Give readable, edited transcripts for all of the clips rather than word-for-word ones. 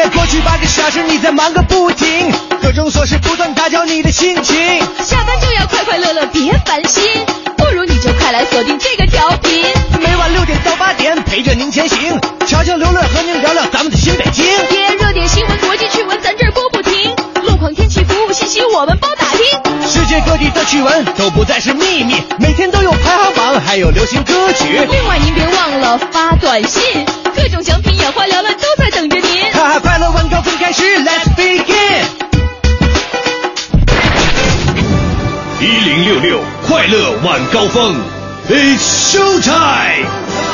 夜过去8个小时，你在忙个不停，各种琐事不断打搅你的心情。 下班就要快快乐乐，别烦心，不如你就快来锁定这个调频， 每晚6点到8点，陪着您前行，悄悄刘乐和您聊聊咱们的新北京。 热点新闻、国际趣闻，咱这儿播不停，路况、天气、服务信息，我们包打听。 世界各地的趣闻都不再是秘密，每天都有排行榜，还有流行歌曲。 另外您别忘了发短信，各种奖品眼花缭乱都在等着您。 哈哈，快乐晚高峰开始 ，Let's begin。 1066快乐晚高峰 ，It's show time。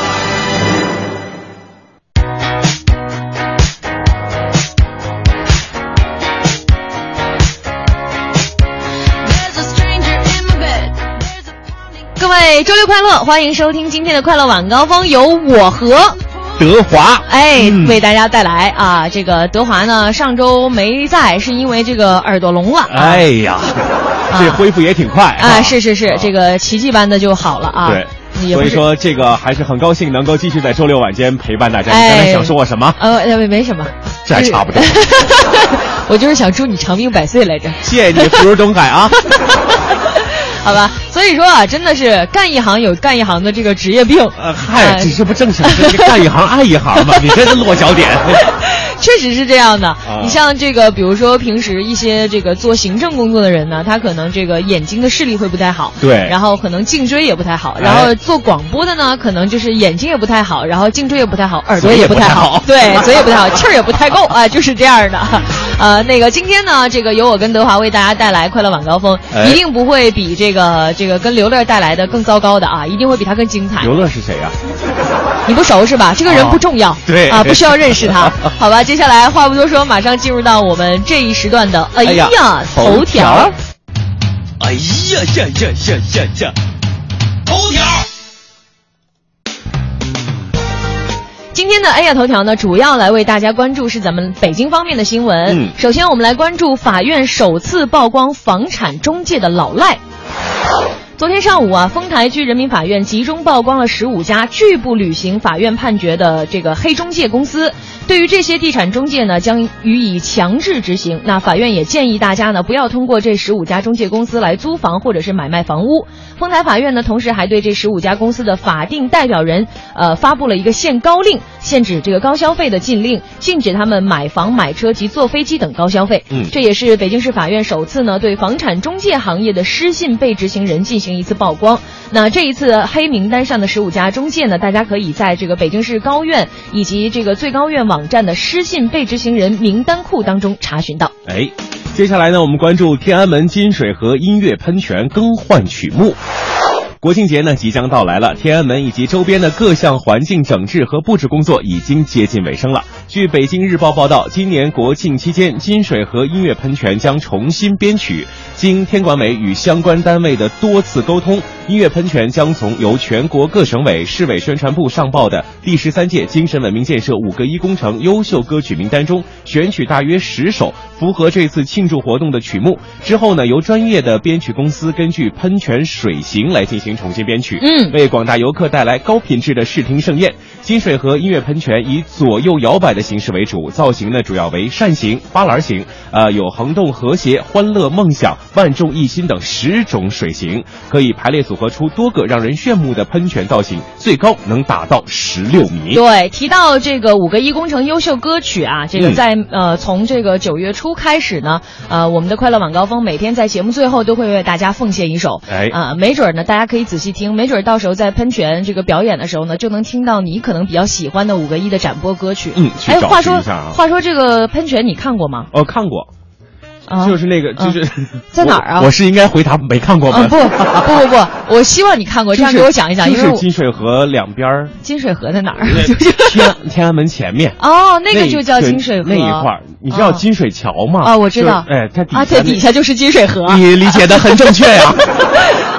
各位周六快乐，欢迎收听今天的快乐晚高峰，由我和德华为大家带来啊。这个德华呢上周没在，是因为这个耳朵聋了。 哎呀，这恢复也挺快啊！是，这个奇迹般的就好了啊。 对。所以说，这个还是很高兴能够继续在周六晚间陪伴大家。你刚才想说我什么？ 没什么， 这还差不多。 我就是想祝你长命百岁来着。 谢谢你，福如东海啊！ 好吧，所以说啊，真的是干一行有干一行的这个职业病。 嗨，这不正常？这干一行爱一行嘛，你真是落脚点。 确实是这样的。你像这个，比如说平时一些这个做行政工作的人呢，他可能这个眼睛的视力会不太好， 对， 然后可能颈椎也不太好，然后做广播的呢，可能就是眼睛也不太好，然后颈椎也不太好，耳朵也不太好，对，嘴也不太好，气儿也不太够啊，就是这样的。那个今天呢，这个由我跟德华为大家带来快乐晚高峰，一定不会比这个跟刘乐带来的更糟糕的啊，一定会比他更精彩。 刘乐是谁呀？ 你不熟是吧？这个人不重要， 对啊，不需要认识他。好吧，接下来话不多说，马上进入到我们这一时段的头条。 哎呀呀，头条。 今天的哎呀头条呢，主要来为大家关注是咱们北京方面的新闻。首先我们来关注法院首次曝光房产中介的老赖。昨天上午啊，丰台区人民法院集中曝光了15家拒不履行法院判决的这个黑中介公司。对于这些地产中介呢，将予以强制执行。那法院也建议大家呢，不要通过这15家中介公司来租房或者是买卖房屋。丰台法院呢，同时还对这15家公司的法定代表人，发布了一个限高令，限制这个高消费的禁令，禁止他们买房、买车及坐飞机等高消费。这也是北京市法院首次呢，对房产中介行业的失信被执行人进行一次曝光。那这一次黑名单上的15家中介呢，大家可以在这个北京市高院以及这个最高院网站的失信被执行人名单库当中查询到。 接下来呢，我们关注天安门金水河音乐喷泉更换曲目。国庆节呢即将到来了，天安门以及周边的各项环境整治和布置工作已经接近尾声了。据北京日报报道，今年国庆期间，金水河音乐喷泉将重新编曲。经天管委与相关单位的多次沟通，音乐喷泉将从由全国各省委、市委宣传部上报的第13届精神文明建设5个1工程优秀歌曲名单中选取大约10首符合这次庆祝活动的曲目，之后呢，由专业的编曲公司根据喷泉水型来进行重新编曲，为广大游客带来高品质的视听盛宴。金水河音乐喷泉以左右摇摆的形式为主，造型呢主要为扇形、八栏形，有横动和谐、欢乐梦想、万众一心等10种水型，可以排列组合出多个让人炫目的喷泉造型，最高能达到16米。 对，提到这个5个1工程优秀歌曲啊，这个在从这个9月初开始呢，我们的快乐晚高峰每天在节目最后都会为大家奉献一首，没准呢大家可以仔细听，没准到时候在喷泉这个表演的时候呢，就能听到你可能比较喜欢的5个1的展播歌曲。话说这个喷泉你看过吗？ 看过。就是那个，就是在哪儿啊？ 我是应该回答没看过吗？ 不，我希望你看过，这样给我讲一讲。 就是金水河两边。 金水河在哪儿？ 天安门前面。 那个就叫金水河。 那一块儿，你知道金水桥吗？ 我知道。 它它底下就是金水河。 你理解的很正确呀。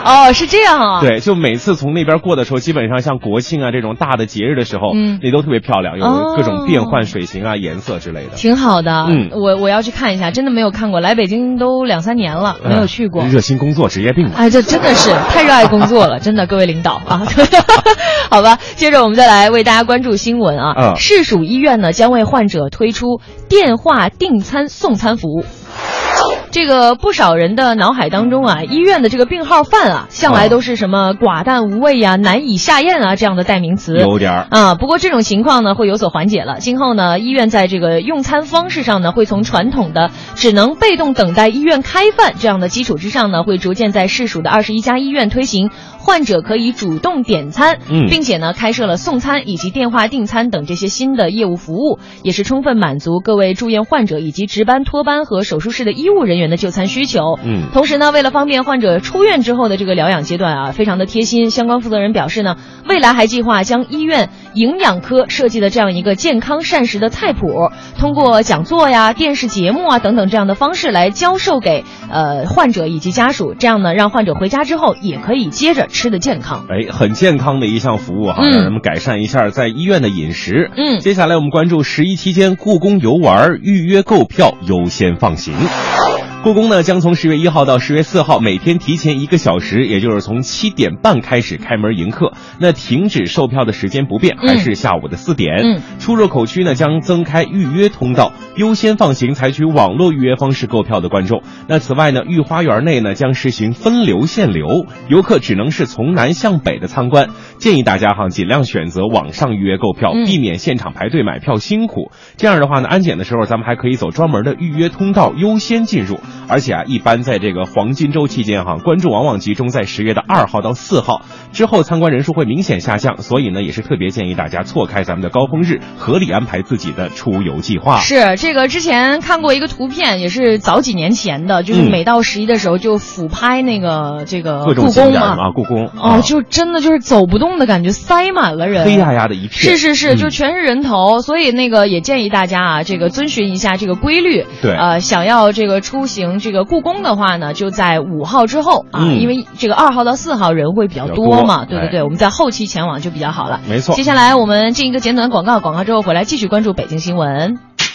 哦，是这样啊。 对，就每次从那边过的时候，基本上像国庆啊这种大的节日的时候，那都特别漂亮，有各种变换水型啊、颜色之类的， 挺好的。我要去看一下，真的没有看过，来北京都2-3年了，没有去过。 热心工作，职业病。 哎，这真的是太热爱工作了，真的，各位领导啊。好吧，接着我们再来为大家关注新闻啊。市属医院呢将为患者推出电话订餐送餐服务。这个不少人的脑海当中啊，医院的这个病号饭啊，向来都是什么寡淡无味呀、难以下咽啊这样的代名词， 有点啊。不过这种情况呢会有所缓解了。今后呢，医院在这个用餐方式上呢，会从传统的只能被动等待医院开饭这样的基础之上呢，会逐渐在市属的21家医院推行患者可以主动点餐，并且呢开设了送餐以及电话订餐等这些新的业务服务，也是充分满足各位住院患者以及值班托班和手术室的医务人员的就餐需求。同时呢，为了方便患者出院之后的这个疗养阶段啊，非常的贴心。相关负责人表示呢，未来还计划将医院营养科设计的这样一个健康膳食的菜谱，通过讲座呀、电视节目啊等等这样的方式来教授给患者以及家属，这样呢让患者回家之后也可以接着吃的健康。 很健康的一项服务哈，让人们改善一下在医院的饮食。接下来我们关注11期间故宫游玩预约购票优先放行。故宫呢将从10月1号到10月4号每天提前1个小时，也就是从7点半开始开门迎客。那停止售票的时间不变，还是下午的4点。出入口区呢将增开预约通道，优先放行采取网络预约方式购票的观众。那此外呢，御花园内呢将实行分流限流，游客只能是从南向北的参观。建议大家尽量选择网上预约购票，避免现场排队买票辛苦。这样的话呢，安检的时候咱们还可以走专门的预约通道，优先进入。而且一般在这个黄金周期间观众往往集中在10月的2号到4号，之后参观人数会明显下降，所以呢也是特别建议大家错开咱们的高峰日，合理安排自己的出游计划。 是这个之前看过一个图片，也是早几年前的，就是每到11的时候就俯拍那个这个故宫嘛， 故宫就真的就是走不动的感觉，塞满了人， 黑压压的一片。 是，就全是人头。所以那个也建议大家啊，这个遵循一下这个规律。 对， 想要这个出行这个故宫的话呢，就在5号之后啊，因为这个2号到4号人会比较多嘛，对，我们在后期前往就比较好了。 没错。 接下来我们进一个简短的广告之后回来继续关注北京新闻。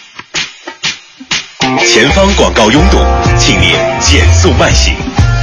前方广告拥堵，请您减速慢行。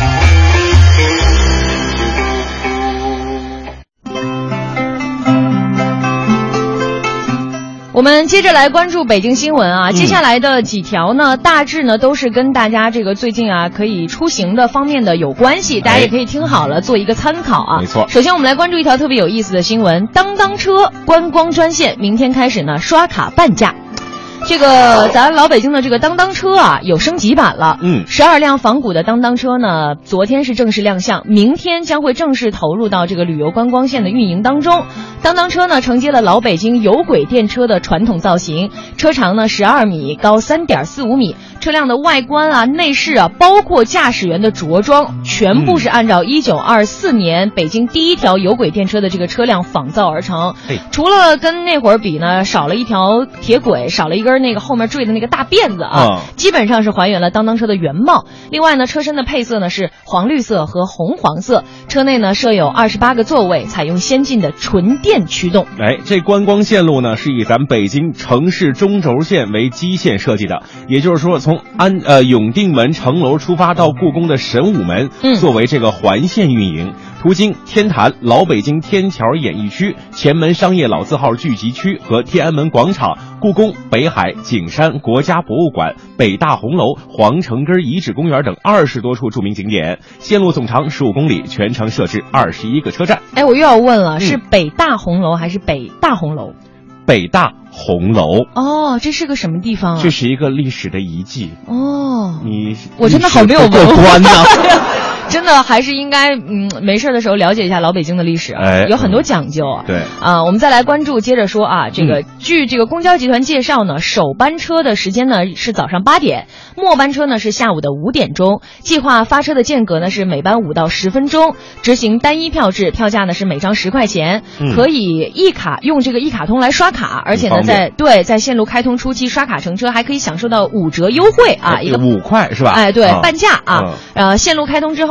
我们接着来关注北京新闻啊，接下来的几条呢，大致呢都是跟大家这个最近啊可以出行的方面的有关系，大家也可以听好了做一个参考啊。 没错。 首先我们来关注一条特别有意思的新闻，当当车观光专线明天开始呢刷卡半价。这个咱老北京的这个当当车啊有升级版了，12辆仿古的当当车呢昨天是正式亮相，明天将会正式投入到这个旅游观光线的运营当中。当当车呢承接了老北京有轨电车的传统造型，车长呢12米，高3.45米，车辆的外观啊、内饰啊，包括驾驶员的着装，全部是按照1924年北京第一条有轨电车的这个车辆仿造而成。除了跟那会儿比呢，少了一条铁轨，少了一根那个后面坠的那个大辫子啊，基本上是还原了当当车的原貌。另外呢，车身的配色呢是黄绿色和红黄色，车内呢设有28个座位，采用先进的纯电驱动。 这观光线路呢是以咱北京城市中轴线为基线设计的，也就是说从永定门城楼出发到故宫的神武门，作为这个环线运营，途经天坛、老北京天桥演艺区、前门商业老字号聚集区和天安门广场、故宫、北海、景山国家博物馆、北大红楼、皇城根遗址公园等20多处著名景点，线路总长15公里，全程设置21个车站。 我又要问了，是北大红楼还是北大红楼？ 北大红楼。 这是个什么地方啊？ 这是一个历史的遗迹。 我真的好没有文化呢。 真的还是应该没事的时候了解一下老北京的历史啊，有很多讲究啊。 对啊，我们再来关注，接着说啊，这个据这个公交集团介绍呢，首班车的时间呢是早上8点，末班车呢是下午的5点钟，计划发车的间隔呢是每班5到10分钟，执行单一票制，票价呢是每张10块钱，可以用这个一卡通来刷卡，而且呢在线路开通初期刷卡乘车还可以享受到5折优惠啊，一个 5块是吧？ 对，半价啊。线路开通之后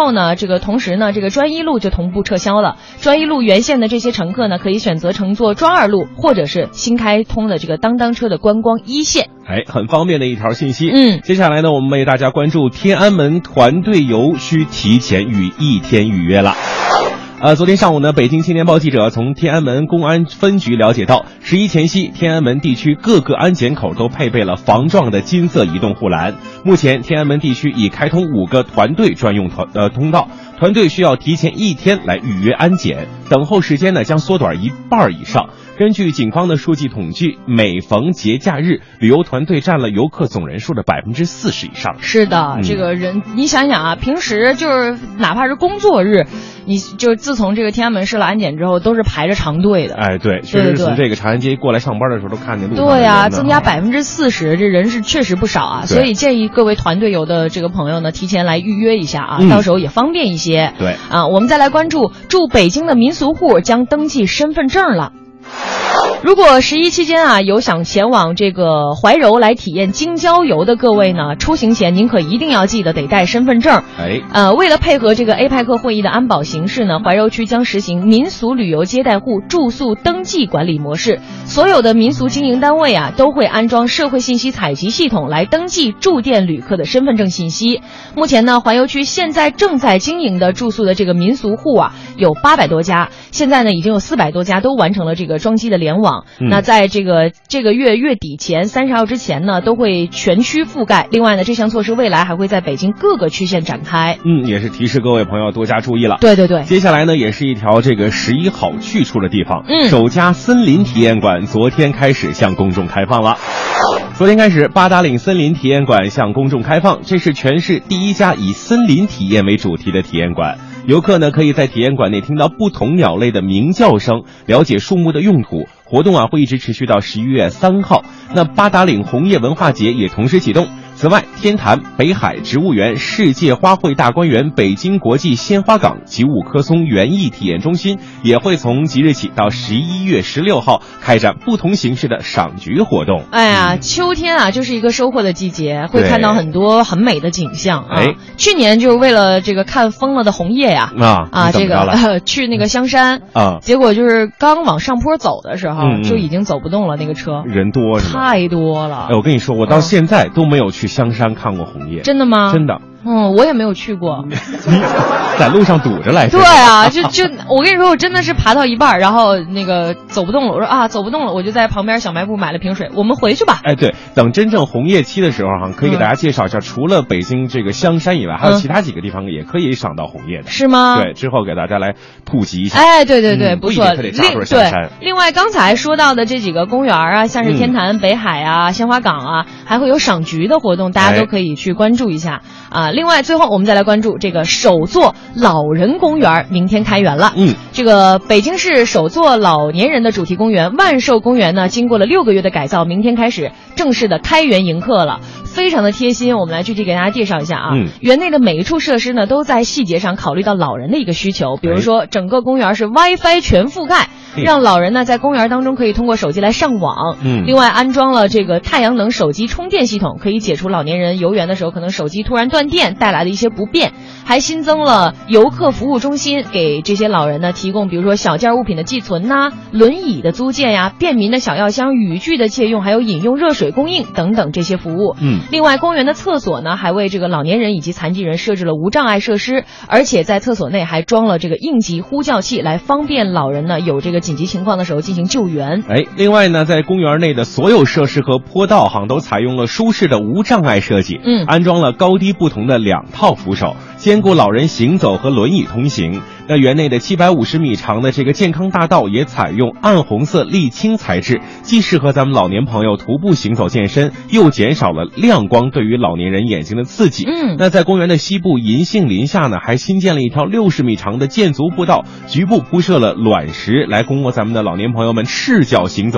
后呢，这个同时呢，这个专一路就同步撤销了。专一路沿线的这些乘客呢，可以选择乘坐专二路，或者是新开通的这个当当车的观光一线。 很方便的一条信息。 接下来呢，我们为大家关注天安门团队游需提前1天预约了。昨天上午呢，北京青年报记者从天安门公安分局了解到，11前夕，天安门地区各个安检口都配备了防撞的金色移动护栏。目前，天安门地区已开通5个团队专用通道，团队需要提前1天来预约安检，等候时间呢将缩短1半以上。根据警方的数据统计，每逢节假日，旅游团队占了游客总人数的40%以上。 是的，这个人你想想啊，平时就是哪怕是工作日，你就自从这个天安门设了安检之后，都是排着长队的。 对，确实从这个长安街过来上班的时候都看见路上的人。 对呀，增加40%，这人是确实不少啊。所以建议各位团队游的这个朋友呢，提前来预约一下啊，到时候也方便一些。 对啊，我们再来关注住北京的民俗户将登记身份证了。如果11期间啊有想前往这个怀柔来体验京郊游的各位呢，出行前您可一定要记得得带身份证。为了配合这个 APEC 会议的安保形势呢，怀柔区将实行民俗旅游接待户住宿登记管理模式，所有的民俗经营单位啊都会安装社会信息采集系统来登记住店旅客的身份证信息。目前呢，怀柔区现在正在经营的住宿的这个民俗户啊有800多家，现在呢已经有400多家都完成了这个装机的联网。那在这个月月底前30号之前呢，都会全区覆盖。另外呢，这项措施未来还会在北京各个区县展开。 也是提示各位朋友多加注意了。 对对对。 接下来呢，也是一条这个11好去处的地方。首家森林体验馆昨天开始向公众开放了。昨天开始，八达岭森林体验馆向公众开放，这是全市第一家以森林体验为主题的体验馆。游客呢可以在体验馆内听到不同鸟类的鸣叫声，了解树木的用途。活动会一直持续到11月3号。那八达岭红叶文化节也同时启动。此外，天坛、北海植物园、世界花卉大观园、北京国际鲜花港及五棵松园艺体验中心也会从即日起到11月16号开展不同形式的赏菊活动。 秋天啊就是一个收获的季节，会看到很多很美的景象啊。去年就是为了这个看疯了的红叶呀，这个去那个香山结果就是刚往上坡走的时候就已经走不动了，那个车人多是吧？ 太多了。 我跟你说，我到现在都没有去香山看过红叶。 真的吗？ 真的。 我也没有去过。 在路上堵着来着。 对啊，就我跟你说，我真的是爬到一半，然后那个走不动了，我说走不动了，我就在旁边小卖部买了瓶水，我们回去吧。 对，等真正红叶期的时候可以给大家介绍一下，除了北京这个香山以外，还有其他几个地方也可以赏到红叶的。 是吗？ 对，之后给大家来普及一下。 对对对，不错。另外刚才说到的这几个公园啊，像是天坛、北海啊、鲜花港啊，还会有赏菊的活动，大家都可以去关注一下另外最后我们再来关注这个首座老人公园明天开园了。这个北京市首座老年人的主题公园万寿公园呢，经过了6个月的改造，明天开始正式的开园迎客了，非常的贴心。我们来具体给大家介绍一下园内的每一处设施呢，都在细节上考虑到老人的一个需求，比如说整个公园是 WiFi 全覆盖，让老人呢在公园当中可以通过手机来上网。另外安装了这个太阳能手机充电系统，可以解除老年人游园的时候可能手机突然断电带来的一些不便。还新增了游客服务中心，给这些老人呢提供比如说小件物品的寄存轮椅的租借呀、便民的小药箱、雨具的借用，还有饮用热水供应等等这些服务。另外公园的厕所呢还为这个老年人以及残疾人设置了无障碍设施，而且在厕所内还装了这个应急呼叫器，来方便老人呢有这个紧急情况的时候进行救援。 另外呢，在公园内的所有设施和坡道都采用了舒适的无障碍设计，安装了高低不同的2套扶手，兼顾老人行走和轮椅通行。那园内的750米长的这个健康大道也采用暗红色沥青材质，既适合咱们老年朋友徒步行走健身，又减少了亮光对于老年人眼睛的刺激。那在公园的西部银杏林下呢，还新建了一条60米长的健足步道，局部铺设了卵石，来供咱们的老年朋友们赤脚行走，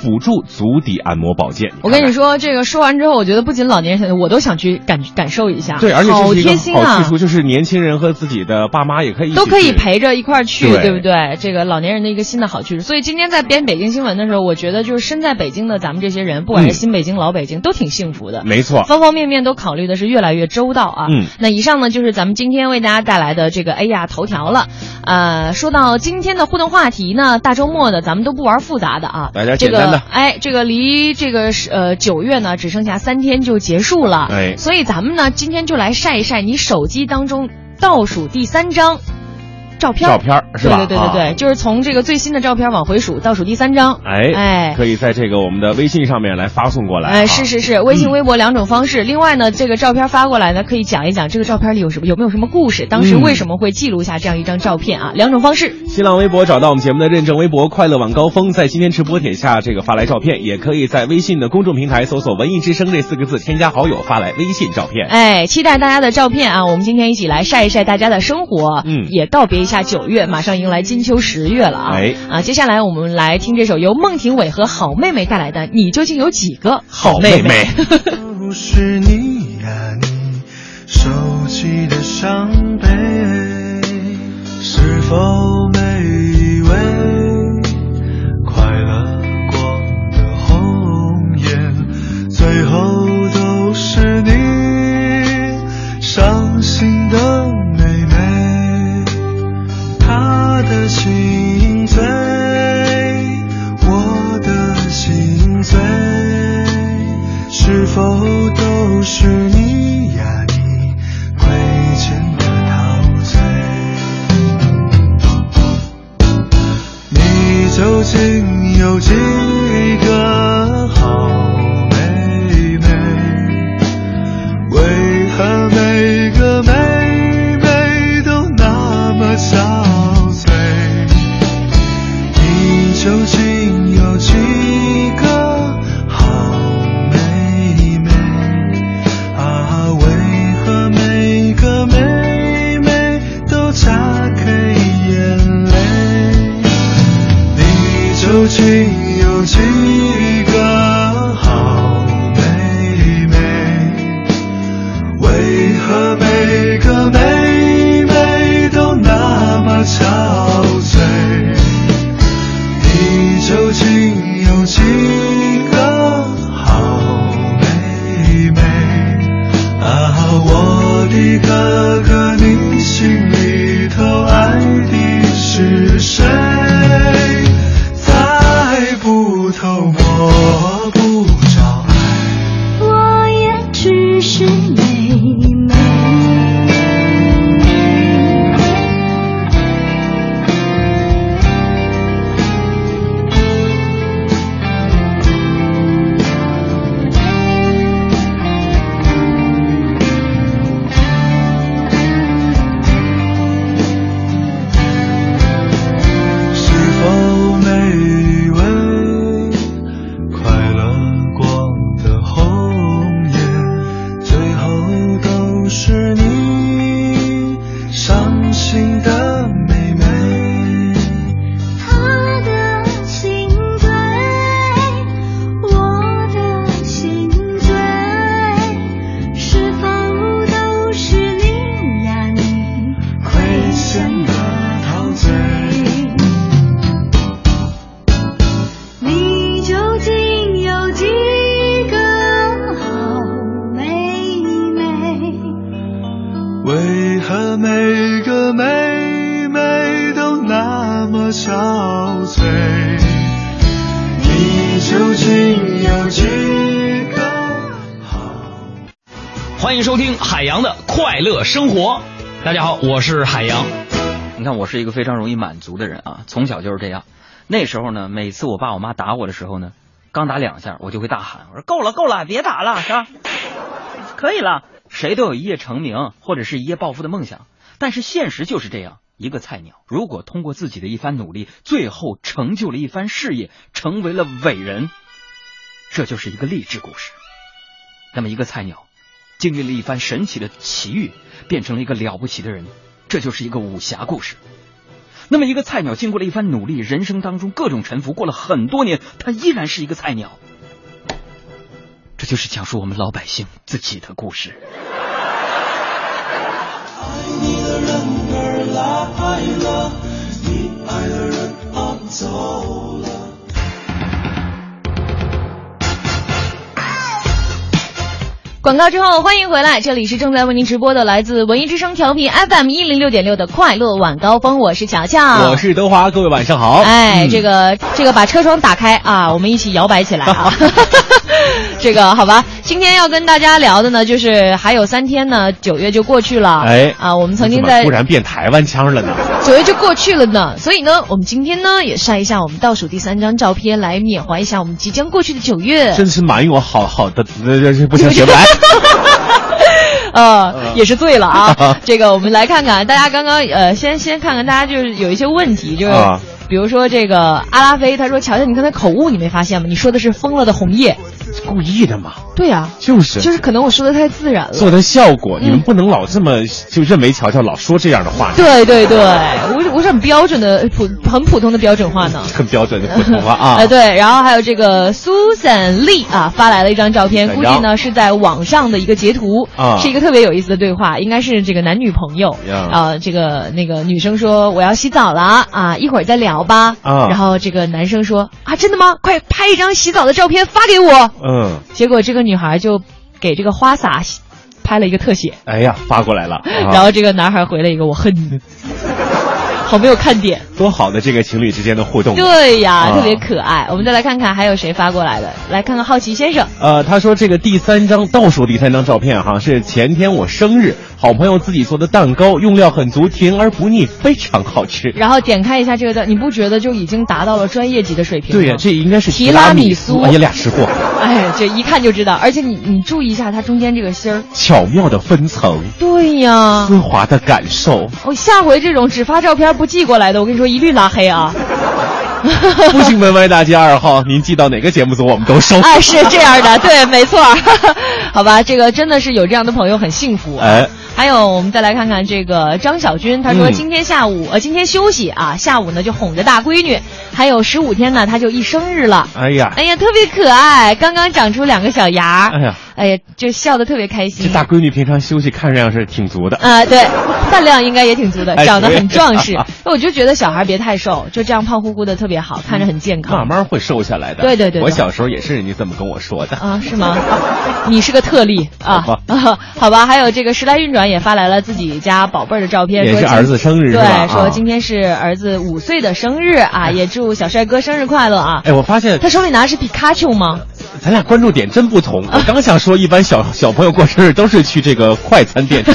辅助足底按摩保健。 我跟你说，这个说完之后，我觉得不仅老年人，我都想去感受一下。 对，而且这是一个好贴心啊！ 好去处，就是年轻人和自己的爸妈也可以都可以陪着一块儿去， 对不对？这个老年人的一个新的好去处。所以今天在编北京新闻的时候，我觉得就是身在北京的咱们这些人，不管是新北京、老北京，都挺幸福的。 没错， 方方面面都考虑的是越来越周到啊。那以上呢就是咱们今天为大家带来的这个哎呀头条了。说到今天的互动话题呢，大周末的咱们都不玩复杂的啊， 来点简单的。 这个离这个9月呢只剩下3天就结束了。所以咱们呢今天就来晒一晒你手机当中倒数第3张照片是吧？ 对，就是从这个最新的照片往回数，倒数第3张。 可以在这个我们的微信上面来发送过来。 是，微信、微博2种方式。另外呢，这个照片发过来呢，可以讲一讲这个照片里有没有什么故事，当时为什么会记录下这样一张照片啊？2种方式。 新浪微博找到我们节目的认证微博快乐晚高峰，在今天直播帖下这个发来照片，也可以在微信的公众平台搜索文艺之声这4个字，添加好友发来微信照片。 期待大家的照片啊！我们今天一起来晒一晒大家的生活，也告别一下9月，马上迎来金秋10月了啊！接下来我们来听这首由孟庭苇和好妹妹带来的《你究竟有几个好妹妹》。 都是你呀，你手机的伤悲，是否没以为快乐过的红颜，最后都是你伤心的妹妹，她的心醉，我的心醉，是否都是你呀，你亏欠的陶醉，你究竟有几个好妹妹，为何每个妹妹都那么憔悴，你究竟有几个好妹妹啊？为何每个妹妹都擦干眼泪？你究竟有几个好妹妹？为何每个妹妹都那么憔悴？你究竟有几个好妹妹啊？我的哥哥，你心里头爱的是谁？猜不透，摸不着爱， 我也只是妹妹。 是否没以为快乐过的红颜，最后都是你伤心的妹妹？ 她的心醉，我的心醉，是否都是你呀，你亏欠的陶醉， 你究竟有几个好妹妹？ 为何每个妹妹都那么憔悴？你究竟有几个好？ 欢迎收听海洋的快乐生活。大家好，我是海洋。 你看，我是一个非常容易满足的人啊，从小就是这样。那时候呢，每次我爸我妈打我的时候呢，刚打2下，我就会大喊，我说够了，别打了，是吧？可以了。谁都有一夜成名或者是一夜暴富的梦想，但是现实就是这样，一个菜鸟如果通过自己的一番努力，最后成就了一番事业，成为了伟人，这就是一个励志故事。那么一个菜鸟经历了一番神奇的奇遇，变成了一个了不起的人，这就是一个武侠故事。 那么一个菜鸟经过了一番努力，人生当中各种沉浮，过了很多年，他依然是一个菜鸟。这就是讲述我们老百姓自己的故事。 爱你的人儿来了，你爱的人儿走了。 广告之后欢迎回来，这里是正在为您直播的来自文艺之声调频 FM 106.6的快乐晚高峰，我是乔乔， 我是德华，各位晚上好。 这个把车窗打开啊，我们一起摇摆起来啊。这个好吧，今天要跟大家聊的呢，就是还有3天呢，9月就过去了。我们曾经在突然变台湾腔了呢 ，9月就过去了呢，所以呢，我们今天呢也晒一下我们倒数第3张照片，来缅怀一下我们即将过去的9月。 真是满有好的，不想学不来。 也是醉了啊。这个我们来看看大家刚刚先看看大家就是有一些问题，就是比如说这个阿拉菲他说，乔乔你刚才口误你没发现吗？你说的是疯了的红叶。 故意的嘛？ 对呀，就是可能我说的太自然了， 做的效果。你们不能老这么就认为乔乔老说这样的话。 对，我是很标准的很普通的标准话呢， 很标准的普通话啊。 对，然后还有这个 Susan Lee 啊发来了一张照片，估计呢是在网上的一个截图，是一个特别有意思的对话，应该是这个男女朋友这个那个女生说我要洗澡了啊，一会儿再聊吧。然后这个男生说啊真的吗？快拍一张洗澡的照片发给我。结果这个女孩就给这个花洒拍了一个特写， 哎呀，发过来了。 然后这个男孩回了一个我恨你。好没有看点， 多好的这个情侣之间的互动。 对呀，特别可爱。我们再来看看还有谁发过来的，来看看好奇先生。 他说这个倒数第三张照片哈，是前天我生日，好朋友自己做的蛋糕，用料很足，甜而不腻，非常好吃。 然后点开一下这个你不觉得就已经达到了专业级的水平吗？ 对呀，这应该是提拉米苏。 哎呀，俩吃货。 这一看就知道，而且你注意一下它中间这个芯儿， 巧妙的分层。 对呀， 丝滑的感受。 下回这种只发照片不寄过来的，我跟你说一律拉黑啊。 复兴门外大街2号，您寄到哪个节目组我们都收。 是这样的，对，没错。好吧，这个真的是有这样的朋友很幸福。还有我们再来看看这个张小军，他说今天今天休息啊，下午呢就哄着大闺女，还有15天呢他就一生日了。哎呀，特别可爱，刚刚长出2个小牙。哎呀，就笑得特别开心。 这大闺女平常休息看上是挺足的对，饭量应该也挺足的，长得很壮实。我就觉得小孩别太瘦，就这样胖乎乎的特别好，看着很健康， 慢慢会瘦下来的。 对， 我小时候也是人家这么跟我说的是吗？你是个特例啊。好吧，还有这个时来运转也发来了自己家宝贝儿的照片， 也是儿子生日是吧？ 对，说今天是儿子5岁的生日啊，也祝小帅哥生日快乐啊。 我发现他手里拿的是皮卡丘吗？ 咱俩关注点真不同。我刚想说一般小朋友过生日都是去这个快餐店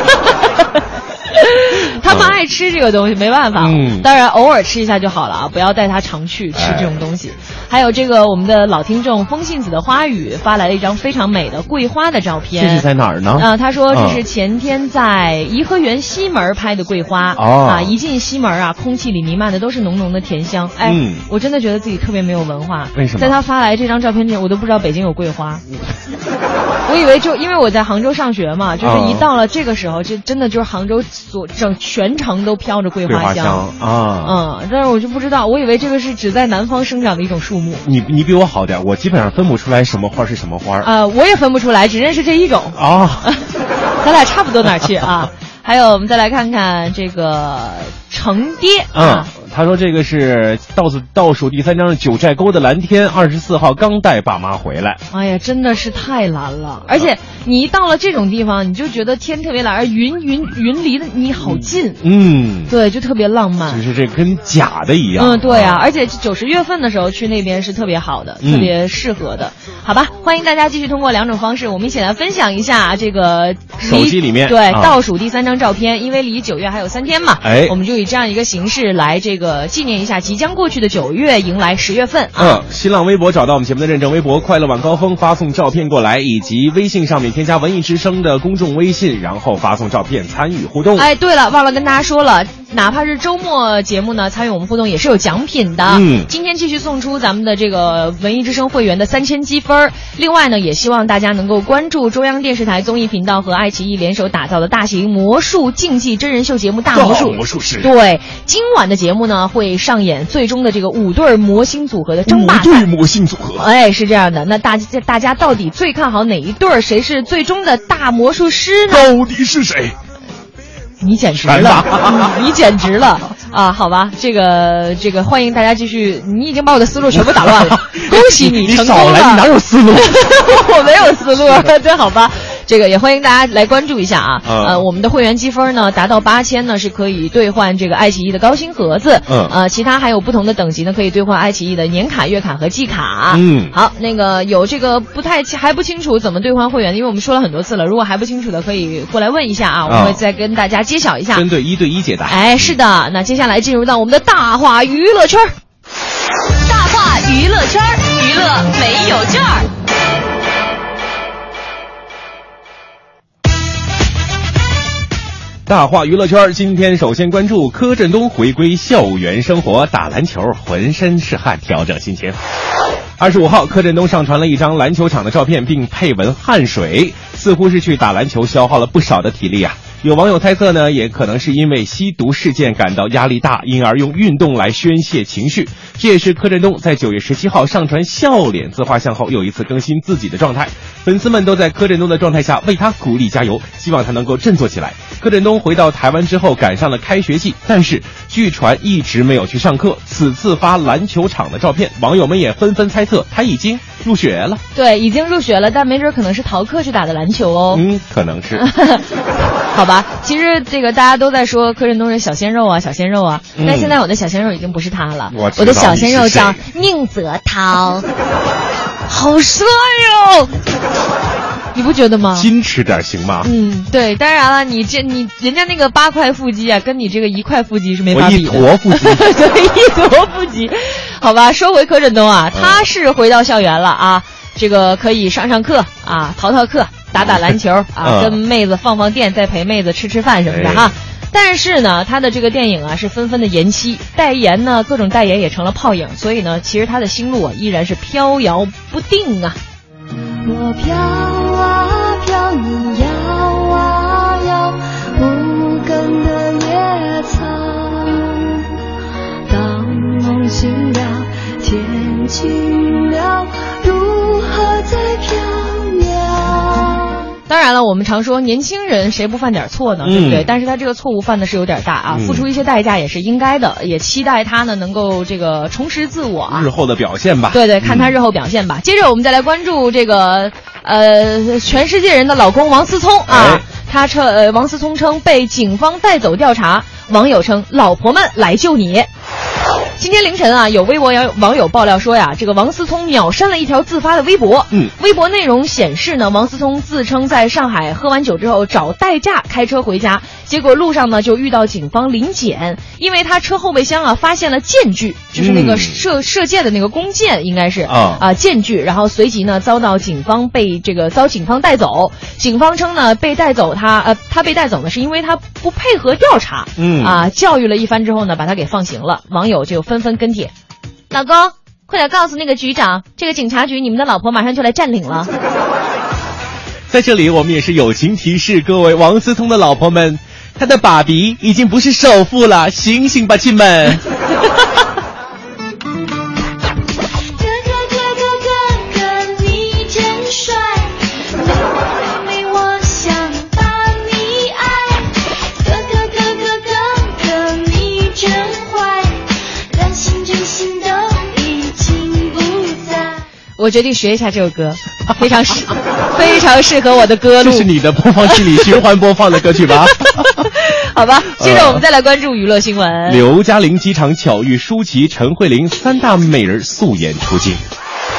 他们爱吃这个东西，没办法。当然偶尔吃一下就好了啊，不要带他常去吃这种东西。还有这个我们的老听众风信子的花语发来了一张非常美的桂花的照片。 这是在哪儿呢？ 他说这是前天在颐和园西门拍的桂花。一进西门啊，空气里弥漫的都是浓浓的甜香。我真的觉得自己特别没有文化。 为什么？ 在他发来这张照片前，我都不知道北京有桂花。我以为因为我在杭州上学嘛，就是一到了这个时候，这真的就是杭州全城都飘着桂花香啊。但是我就不知道，我以为这个是只在南方生长的一种树木。 你比我好点，我基本上分不出来什么花是什么花。 我也分不出来，只认识这一种。咱俩差不多哪儿去啊？还有我们再来看看这个程爹他说这个是倒数第3张九寨沟的蓝天，24号刚带爸妈回来。 哎呀，真的是太蓝了，而且你一到了这种地方，你就觉得天特别蓝，而云离得你好近。对，就特别浪漫， 就是这跟假的一样。 对啊，而且90月份的时候去那边是特别好的，特别适合的。好吧，欢迎大家继续通过2种方式，我们一起来分享一下这个手机里面倒数第3张照片，因为离9月还有3天嘛，我们就以这样一个形式来这个纪念一下即将过去的9月，迎来10月份新浪微博找到我们节目的认证微博快乐晚高峰，发送照片过来，以及微信上面添加文艺之声的公众微信，然后发送照片参与互动。 对了，忘了跟大家说了， 哪怕是周末节目呢，参与我们互动也是有奖品的。今天继续送出咱们的这个文艺之声会员的3000积分。另外呢，也希望大家能够关注中央电视台综艺频道和爱奇艺联手打造的大型魔术竞技真人秀节目《大魔术师》。对，今晚的节目呢会上演最终的这个5对魔星组合的争霸赛。 5对魔星组合， 哎，是这样的。那大家到底最看好哪一对？谁是最终的大魔术师呢？ 到底是谁？ 你简直了，你简直了啊！好吧，这个，欢迎大家继续。你已经把我的思路全部打乱了，恭喜你成功了。 你哪有思路？ 我没有思路，对，好吧。这个也欢迎大家来关注一下啊。我们的会员积分呢达到8000呢是可以兑换这个爱奇艺的高清盒子。其他还有不同的等级呢可以兑换爱奇艺的年卡、月卡和季卡。好，那个有这个还不清楚怎么兑换会员，因为我们说了很多次了。如果还不清楚的可以过来问一下啊，我们会再跟大家揭晓一下。 针对1对1解答。 哎，是的。那接下来进入到我们的大话娱乐圈。 大话娱乐圈，娱乐没有券。 大话娱乐圈，今天首先关注柯震东回归校园生活，打篮球浑身是汗，调整心情。25号，柯震东上传了一张篮球场的照片，并配文汗水，似乎是去打篮球消耗了不少的体力啊。有网友猜测呢，也可能是因为吸毒事件感到压力大，因而用运动来宣泄情绪。这也是柯震东在9月17号上传笑脸自画像后又一次更新自己的状态，粉丝们都在柯震东的状态下为他鼓励加油，希望他能够振作起来。柯震东回到台湾之后赶上了开学季，但是据传一直没有去上课，此次发篮球场的照片，网友们也纷纷猜测他已经入学了。 对，已经入学了，但没准可能是逃课去打的篮球哦。 可能是。 好吧，其实这个大家都在说柯震东是小鲜肉啊，小鲜肉啊，但现在我的小鲜肉已经不是他了，我的小鲜肉叫宁泽涛，好帅哦，你不觉得吗？ 矜持点行吗？ 对，当然了，人家那个8块腹肌啊，跟你这个1块腹肌是没法比的。 我1坨腹肌， 对，1坨腹肌。好吧，说回柯震东啊，他是回到校园了啊，这个可以上课啊，逃课。打篮球啊，跟妹子放电，再陪妹子吃饭什么的哈。但是呢，他的这个电影啊是纷纷的延期，代言呢各种代言也成了泡影，所以呢，其实他的心路啊依然是飘摇不定啊。 我飘啊飘，你摇啊摇，无根的野草。当梦醒了，天晴了，如何再飘？ 当然了，我们常说年轻人谁不犯点错呢，对不对？但是他这个错误犯的是有点大啊，付出一些代价也是应该的，也期待他呢能够这个重拾自我啊， 日后的表现吧。 对，看他日后表现吧。接着我们再来关注这个全世界人的老公王思聪啊，王思聪称被警方带走调查，网友称老婆们来救你。今天凌晨啊，有微博网友爆料说呀，这个王思聪秒删了一条自发的微博。微博内容显示呢，王思聪自称在上海喝完酒之后找代驾开车回家，结果路上呢就遇到警方临检，因为他车后备箱啊发现了箭具，就是那个射箭的那个弓箭，应该是箭具，然后随即呢遭警方带走。警方称呢他被带走呢是因为他不配合调查，教育了一番之后呢把他给放行了。网友就纷纷跟帖，老公快点告诉那个局长，这个警察局你们的老婆马上就来占领了。 在这里我们也是友情提示各位王思聪的老婆们，他的爸比已经不是首富了，醒醒吧亲们。 我决定学一下这首歌，非常适合我的歌路。 这是你的播放器里循环播放的歌曲吧？ 好吧，接着我们再来关注娱乐新闻。 刘嘉玲机场巧遇舒淇、陈慧琳3大美人素颜出镜。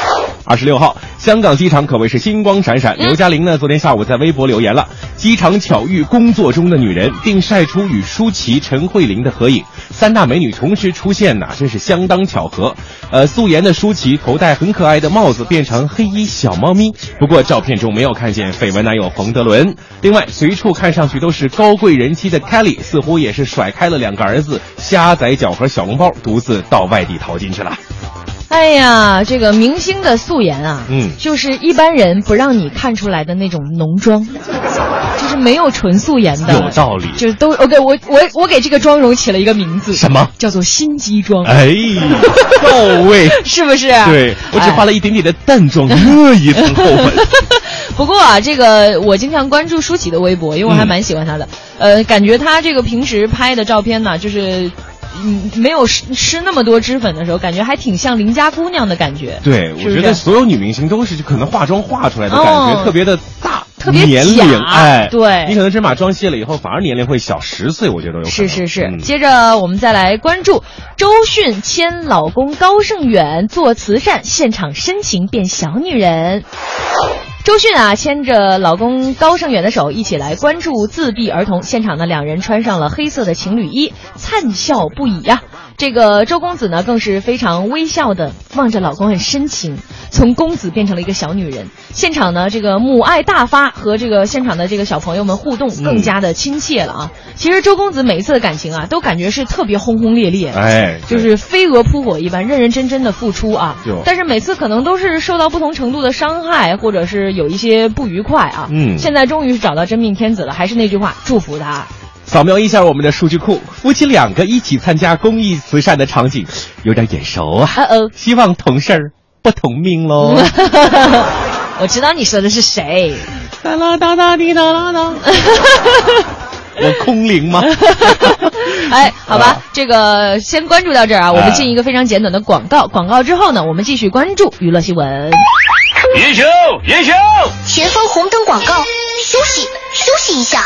26号，香港机场可谓是星光闪闪。刘嘉玲呢，昨天下午在微博留言了：机场巧遇工作中的女人，并晒出与舒淇、陈慧琳的合影，3大美女同时出现呐，真是相当巧合。素颜的舒淇头戴很可爱的帽子，变成黑衣小猫咪。不过照片中没有看见绯闻男友冯德伦。另外，随处看上去都是高贵人妻的 Kelly， 似乎也是甩开了2个儿子，虾仔饺和小笼包，独自到外地淘金去了。 哎呀，这个明星的素颜啊，就是一般人不让你看出来的那种浓妆，就是没有纯素颜的。 有道理， 就是都 OK。我给这个妆容起了一个名字， 什么？ 叫做心机妆。 哎，到位， 是不是？ 对，我只画了一点点的淡妆，那一层厚粉。 不过啊，这个我经常关注舒淇的微博，因为我还蛮喜欢她的。感觉她这个平时拍的照片呢，就是没有吃那么多脂粉的时候，感觉还挺像邻家姑娘的感觉。 对，我觉得所有女明星都是可能化妆化出来的感觉特别的大， 特别年龄。哎， 对， 你可能芝麻妆卸了以后，反而年龄会小10岁，我觉得有可能。 是。接着我们再来关注周迅牵老公高胜远做慈善，现场深情变小女人。周迅啊，牵着老公高胜远的手，一起来关注自闭儿童。现场呢，2人穿上了黑色的情侣衣，灿笑不已呀。这个周公子呢，更是非常微笑的望着老公，很深情，从公子变成了一个小女人。现场呢，这个母爱大发，和这个现场的这个小朋友们互动更加的亲切了啊。其实周公子每一次的感情啊，都感觉是特别轰轰烈烈， 哎， 就是飞蛾扑火一般，认认真真的付出啊。但是每次可能都是受到不同程度的伤害，或者是有一些不愉快啊。现在终于是找到真命天子了，还是那句话，祝福他。 扫描一下我们的数据库，夫妻2个一起参加公益慈善的场景，有点眼熟啊。希望同事儿不同命喽。 我知道你说的是谁。 哒啦哒哒滴哒啦哒。我空灵吗？ 哎，好吧，这个先关注到这儿啊。我们进一个非常简短的广告，广告之后呢，我们继续关注娱乐新闻。 云秀， 前方红灯广告，休息一下。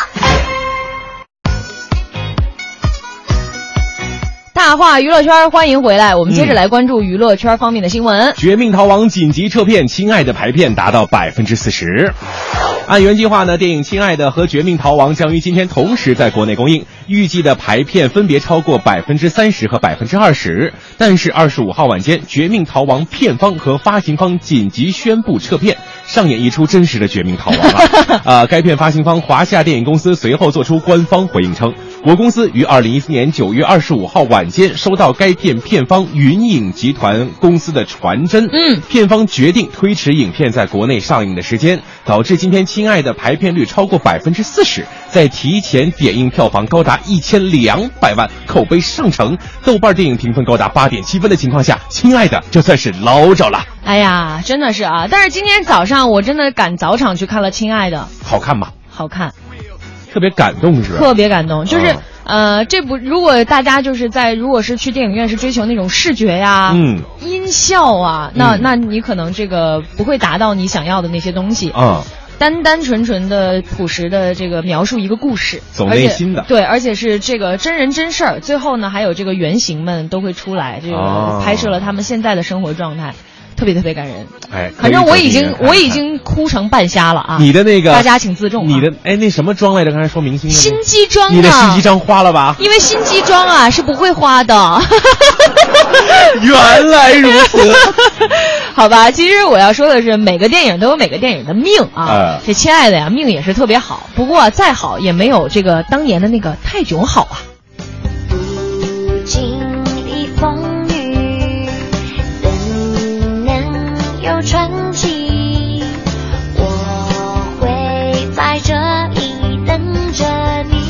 大话娱乐圈，欢迎回来。我们接着来关注娱乐圈方面的新闻。 绝命逃亡紧急撤片，亲爱的排片达到40%。按原计划呢，电影《亲爱的》和《绝命逃亡》将于今天同时在国内公映，预计的排片分别超过30%和20%。但是25号晚间，《绝命逃亡》片方和发行方紧急宣布撤片，上演一出真实的绝命逃亡了。该片发行方华夏电影公司随后做出官方回应称，我公司于2014年9月25号晚间收到该片片方云影集团公司的传真，片方决定推迟影片在国内上映的时间，导致今天《亲爱的》排片率超过40%，在提前点映票房高达1200万，口碑上乘，豆瓣电影评分高达8.7分的情况下，《亲爱的》就算是捞着了。 哎呀，真的是啊！但是今天早上我真的赶早场去看了《亲爱的》， 好看吗？ 好看， 特别感动是吧？ 特别感动，就是这部如果大家就是如果是去电影院是追求那种视觉呀、音效啊，那你可能这个不会达到你想要的那些东西啊。单单纯纯的朴实的这个描述一个故事， 走内心的， 对，而且是这个真人真事儿，最后呢还有这个原型们都会出来，这个拍摄了他们现在的生活状态。特别特别感人， 哎， 反正我已经哭成半瞎了啊！ 你的那个， 大家请自重。 你的那什么妆来着？刚才说明星的心机妆啊！ 你的心机妆花了吧？ 因为心机妆啊是不会花的。 原来如此。 好吧，其实我要说的是，每个电影都有每个电影的命啊。这亲爱的呀，命也是特别好，不过再好也没有这个当年的那个泰囧好啊。 不经历风雨，怎能有传奇？我会在这里等着你。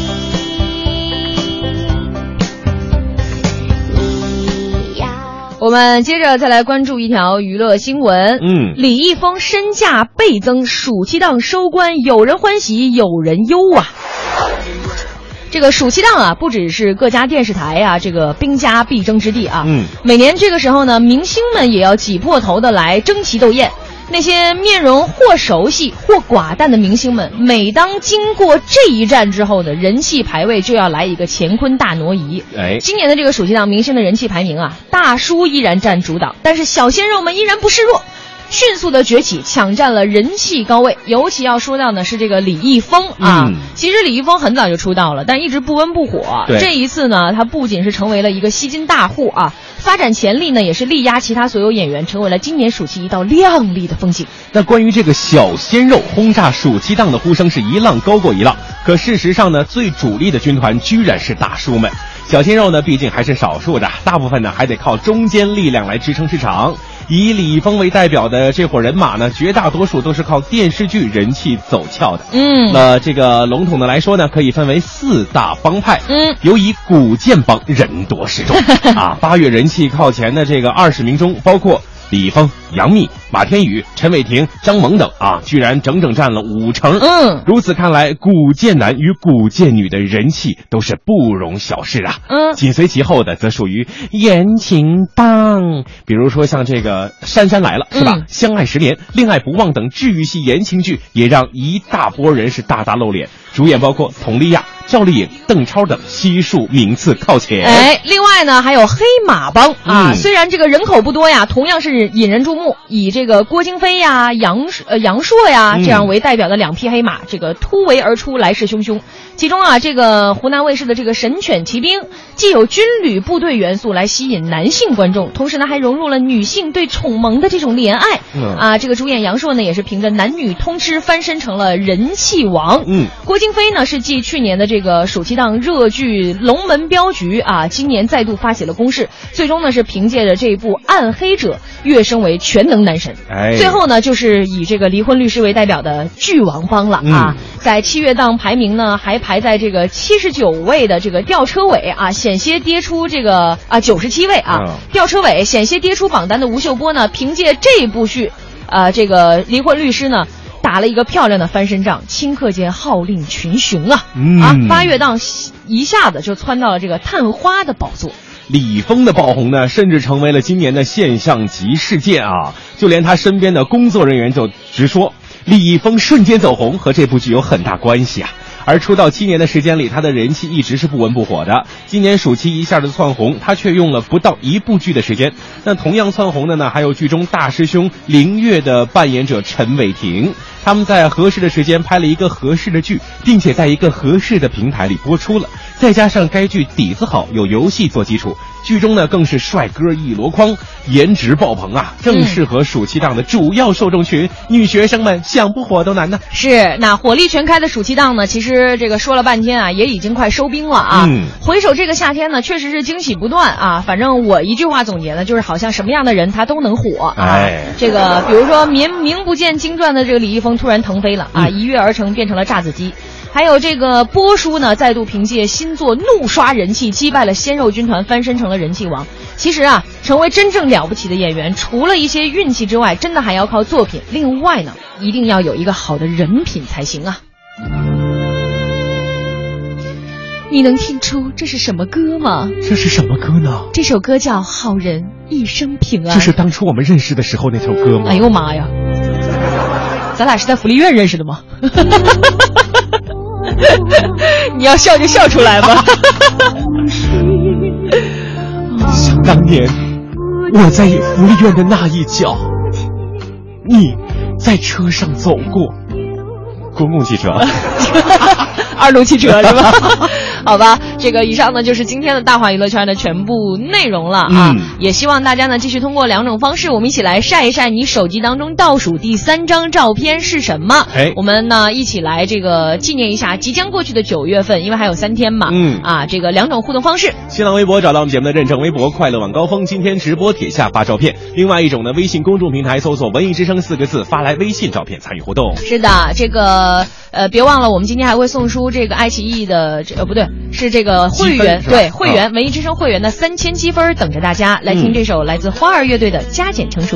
我们接着再来关注一条娱乐新闻。李易峰身价倍增，暑期档收官，有人欢喜有人忧啊。这个暑期档啊，不只是各家电视台啊，这个兵家必争之地啊。每年这个时候呢，明星们也要挤破头的来争奇斗艳。那些面容或熟悉或寡淡的明星们，每当经过这一战之后呢，人气排位就要来一个乾坤大挪移。今年的这个暑期档明星的人气排名啊，大叔依然占主导，但是小鲜肉们依然不示弱。 迅速的崛起，抢占了人气高位。尤其要说到呢是这个李易峰啊，其实李易峰很早就出道了，但一直不温不火。这一次呢，他不仅是成为了一个吸金大户啊，发展潜力呢也是力压其他所有演员，成为了今年暑期一道亮丽的风景。 那关于这个小鲜肉轰炸暑期档的呼声是一浪高过一浪，可事实上呢，最主力的军团居然是大叔们。小鲜肉呢，毕竟还是少数的，大部分呢还得靠中坚力量来支撑市场。以李易峰为代表的这伙人马呢，绝大多数都是靠电视剧人气走俏的。那这个笼统的来说呢，可以分为4大帮派。尤以古剑帮人多势众啊，8月人气靠前的这个20名中，包括李易峰、杨幂、马天宇、陈伟霆、张萌等啊，居然整整占了50%。如此看来，古剑男与古剑女的人气都是不容小视啊。紧随其后的则属于言情帮，比如说像这个姗姗来了是吧？相爱10年、恋爱不忘等治愈系言情剧，也让一大波人是大露脸。主演包括佟丽娅、赵丽颖、邓超等，悉数名次靠前。 另外呢还有黑马帮啊，虽然这个人口不多呀，同样是引人注目，以这个郭京飞呀、杨烁呀这样为代表的2匹黑马，这个突围而出，来势汹汹。其中啊，这个湖南卫视的这个神犬骑兵，既有军旅部队元素来吸引男性观众，同时呢还融入了女性对宠萌的这种怜爱。这个主演杨烁呢也是凭着男女通吃翻身成了人气王。郭京飞呢是继去年的这个暑期档热剧《龙门镖局》啊，今年再度发起了攻势，最终呢是凭借着这一部《暗黑者》跃升为全能男神。最后呢就是以这个离婚律师为代表的剧王帮了啊，在7月档排名呢还排在这个79位的这个吊车尾啊，险些跌出这个97位啊，吊车尾险些跌出榜单的吴秀波呢，凭借这部剧这个离婚律师呢打了一个漂亮的翻身仗，顷刻间号令群雄啊！8月档一下子就窜到了这个探花的宝座。 李易峰的爆红呢，甚至成为了今年的现象级事件啊！就连他身边的工作人员就直说，李易峰瞬间走红和这部剧有很大关系啊。而出道7年的时间里，他的人气一直是不温不火的。今年暑期一下子窜红，他却用了不到1部剧的时间。那同样窜红的呢，还有剧中大师兄凌月的扮演者陈伟霆。他们在合适的时间拍了一个合适的剧，并且在一个合适的平台里播出了。再加上该剧底子好，有游戏做基础，剧中呢更是帅哥一箩筐，颜值爆棚啊，正适合暑期档的主要受众群，女学生们想不火都难呢。 是，那火力全开的暑期档呢，其实这个说了半天啊，也已经快收兵了啊。回首这个夏天呢，确实是惊喜不断啊。反正我一句话总结呢，就是好像什么样的人他都能火啊。这个比如说名不见经传的这个李易峰突然腾飞了啊，一跃而成，变成了炸子鸡。还有这个波叔呢，再度凭借新作怒刷人气，击败了鲜肉军团，翻身成了人气王。其实啊，成为真正了不起的演员，除了一些运气之外，真的还要靠作品。另外呢，一定要有一个好的人品才行啊。你能听出这是什么歌吗？ 这是什么歌呢？ 这首歌叫《好人一生平安》。 这是当初我们认识的时候那首歌吗？ 哎呦妈呀，咱俩是在福利院认识的吗？你要笑就笑出来吧。 想当年我在福利院的那一角，你在车上走过。公共汽车二路汽车是吧？好吧，这个以上呢就是今天的大话娱乐圈的全部内容了啊！也希望大家呢继续通过2种方式，我们一起来晒一晒你手机当中倒数第3张照片是什么。我们呢一起来这个纪念一下即将过去的9月份，因为还有3天嘛。这个2种互动方式， 新浪微博找到我们节目的认证微博快乐晚高峰，今天直播帖下发照片。另外一种呢，微信公众平台搜索文艺之声4个字，发来微信照片参与互动。 是的，这个别忘了我们今天还会送出这个爱奇艺的不对，是这个会员，对，会员文艺之声会员的3000积分等着大家来听这首来自花儿乐队的《加减乘除》。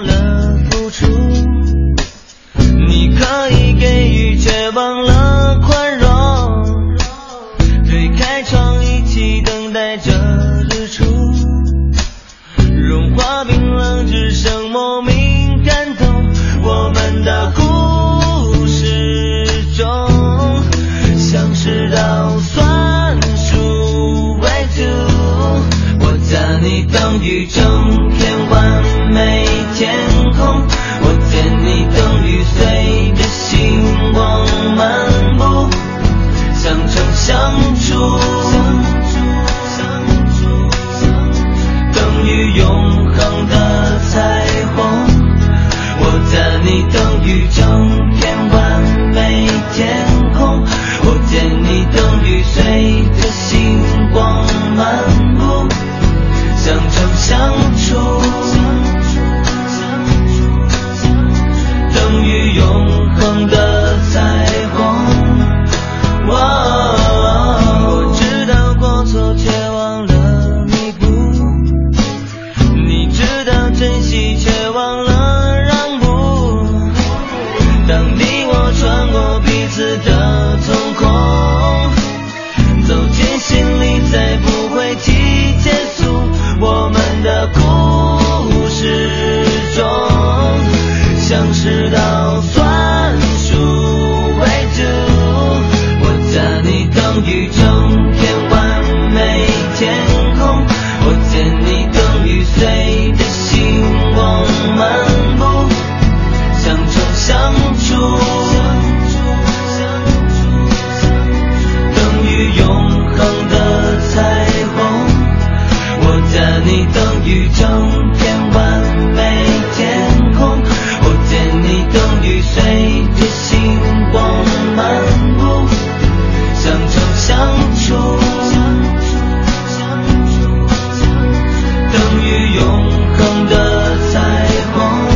你可以给予却忘了宽容，推开窗一起等待着日出，融化冰冷只剩莫名感动，我们的故事中像是道算术为2，我在你等于整片完美天空，我让你我穿过彼此的瞳孔，走进心里再不会提结束我们的故事中，像是到算数为度，我在你等于整片完美天空，我见你等于随着星光漫步，相处相处，等于永恒的彩虹，我在你等于整片完美天空，我见你等于随着星光漫步，相处相处，等于永恒的彩虹。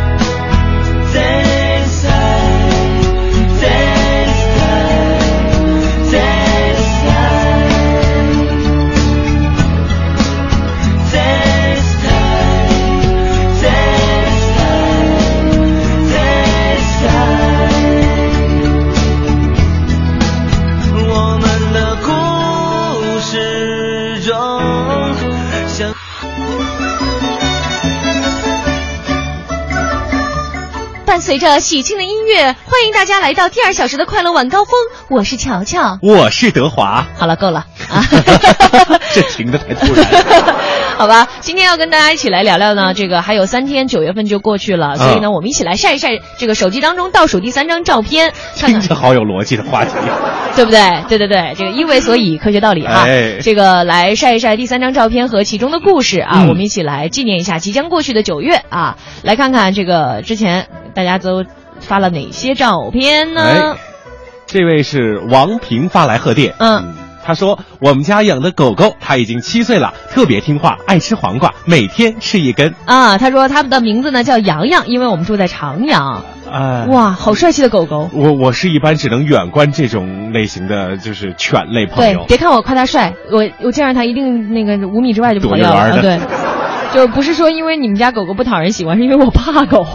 伴随着喜庆的音乐，欢迎大家来到第2小时的快乐晚高峰。我是乔乔， 我是德华。 好了，够了啊！ 这停得太突然了。 好吧，今天要跟大家一起来聊聊呢，这个还有3天，9月份就过去了，所以呢，我们一起来晒一晒这个手机当中倒数第3张照片， 听着好有逻辑的话题， 对不对？对对对，这个因为所以科学道理哈。这个来晒一晒第3张照片和其中的故事啊，我们一起来纪念一下即将过去的9月啊，来看看这个之前大家都发了哪些照片呢？ 这位是王平发来贺电，他说我们家养的狗狗，它已经7岁了，特别听话，爱吃黄瓜，每天吃1根啊。他说他们的名字呢叫洋洋，因为我们住在长阳。哇，好帅气的狗狗！ 我是一般只能远观这种类型的就是犬类朋友。 对，别看我夸他帅，我见着他一定那个5米之外就跑掉了。对，就是不是说因为你们家狗狗不讨人喜欢，是因为我怕狗。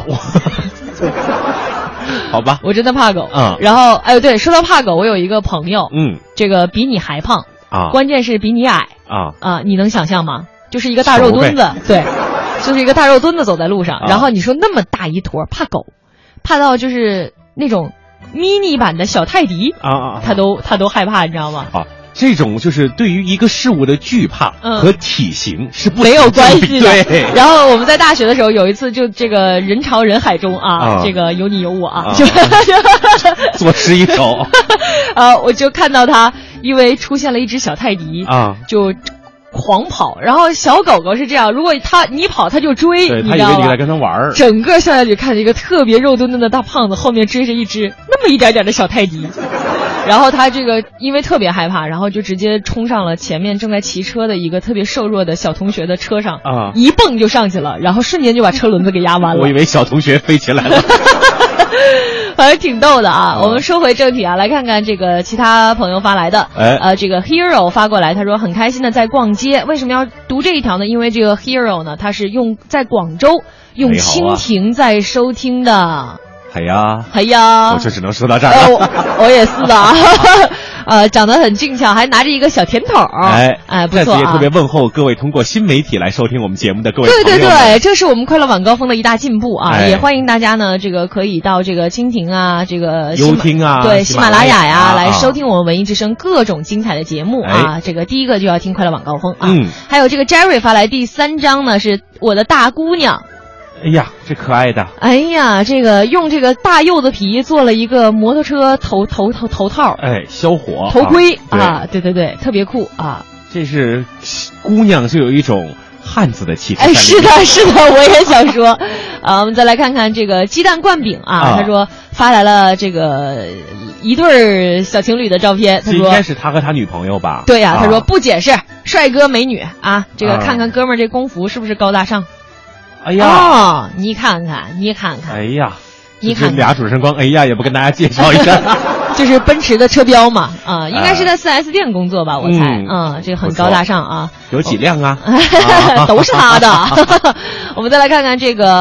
好吧， 我真的怕狗。然后哎呦，对，说到怕狗，我有一个朋友，这个比你还胖啊，关键是比你矮啊，你能想象吗？就是一个大肉墩子，对，就是一个大肉墩子走在路上，然后你说那么大一坨，怕狗，怕到就是那种mini版的小泰迪他都害怕，你知道吗？ 这种就是对于一个事物的惧怕和体型是没有关系的。对。 然后我们在大学的时候有一次，就这个人潮人海中这个有你有我就作诗一首。 我就看到他因为出现了一只小泰迪就狂跑，然后小狗狗是这样，如果你跑它就追， 对， 你知道吗？ 他以为你在跟他玩。 整个校园里看着一个特别肉墩墩的大胖子，后面追着一只那么一点点的小泰迪。然后他这个因为特别害怕，然后就直接冲上了前面正在骑车的一个特别瘦弱的小同学的车上一蹦就上去了，然后瞬间就把车轮子给压弯了。 我以为小同学飞起来了。 反正挺逗的啊。我们说回正题啊，来看看这个其他朋友发来的。这个 Hero 发过来，他说很开心的在逛街。为什么要读这一条呢？因为这个 Hero 呢，他是在广州用蜻蜓在收听的。 哎呀，我就只能说到这儿了。 我也是的。长得很静俏，还拿着一个小甜筒。不错啊。在此也特别问候各位通过新媒体来收听我们节目的各位朋友。 对，这是我们快乐晚高峰的一大进步啊！也欢迎大家呢，这个可以到这个蜻蜓啊，这个优听啊， 对，喜马拉雅呀，来收听我们文艺之声各种精彩的节目啊。这个第一个就要听快乐晚高峰啊。还有这个 Jerry 发来第3张呢，是我的大姑娘。 哎呀，这可爱的！ 哎呀，这个用这个大柚子皮做了一个摩托车头套， 消火头盔啊，对，特别酷啊！ 这是姑娘就有一种汉子的气质。 是的，我也想说。我们再来看看这个鸡蛋灌饼啊，他说发来了这个一对小情侣的照片，他说应该是他和他女朋友吧？ 对呀，他说不解释，帅哥美女啊，这个看看哥们儿这工服是不是高大上？ 哎呀， 你看看， 哎呀， 你看俩主持人光哎呀也不跟大家介绍一下。 就是奔驰的车标嘛，应该是在4S 店工作吧，我猜，这个很高大上啊。 有几辆啊？ 都是他的。我们再来看看这个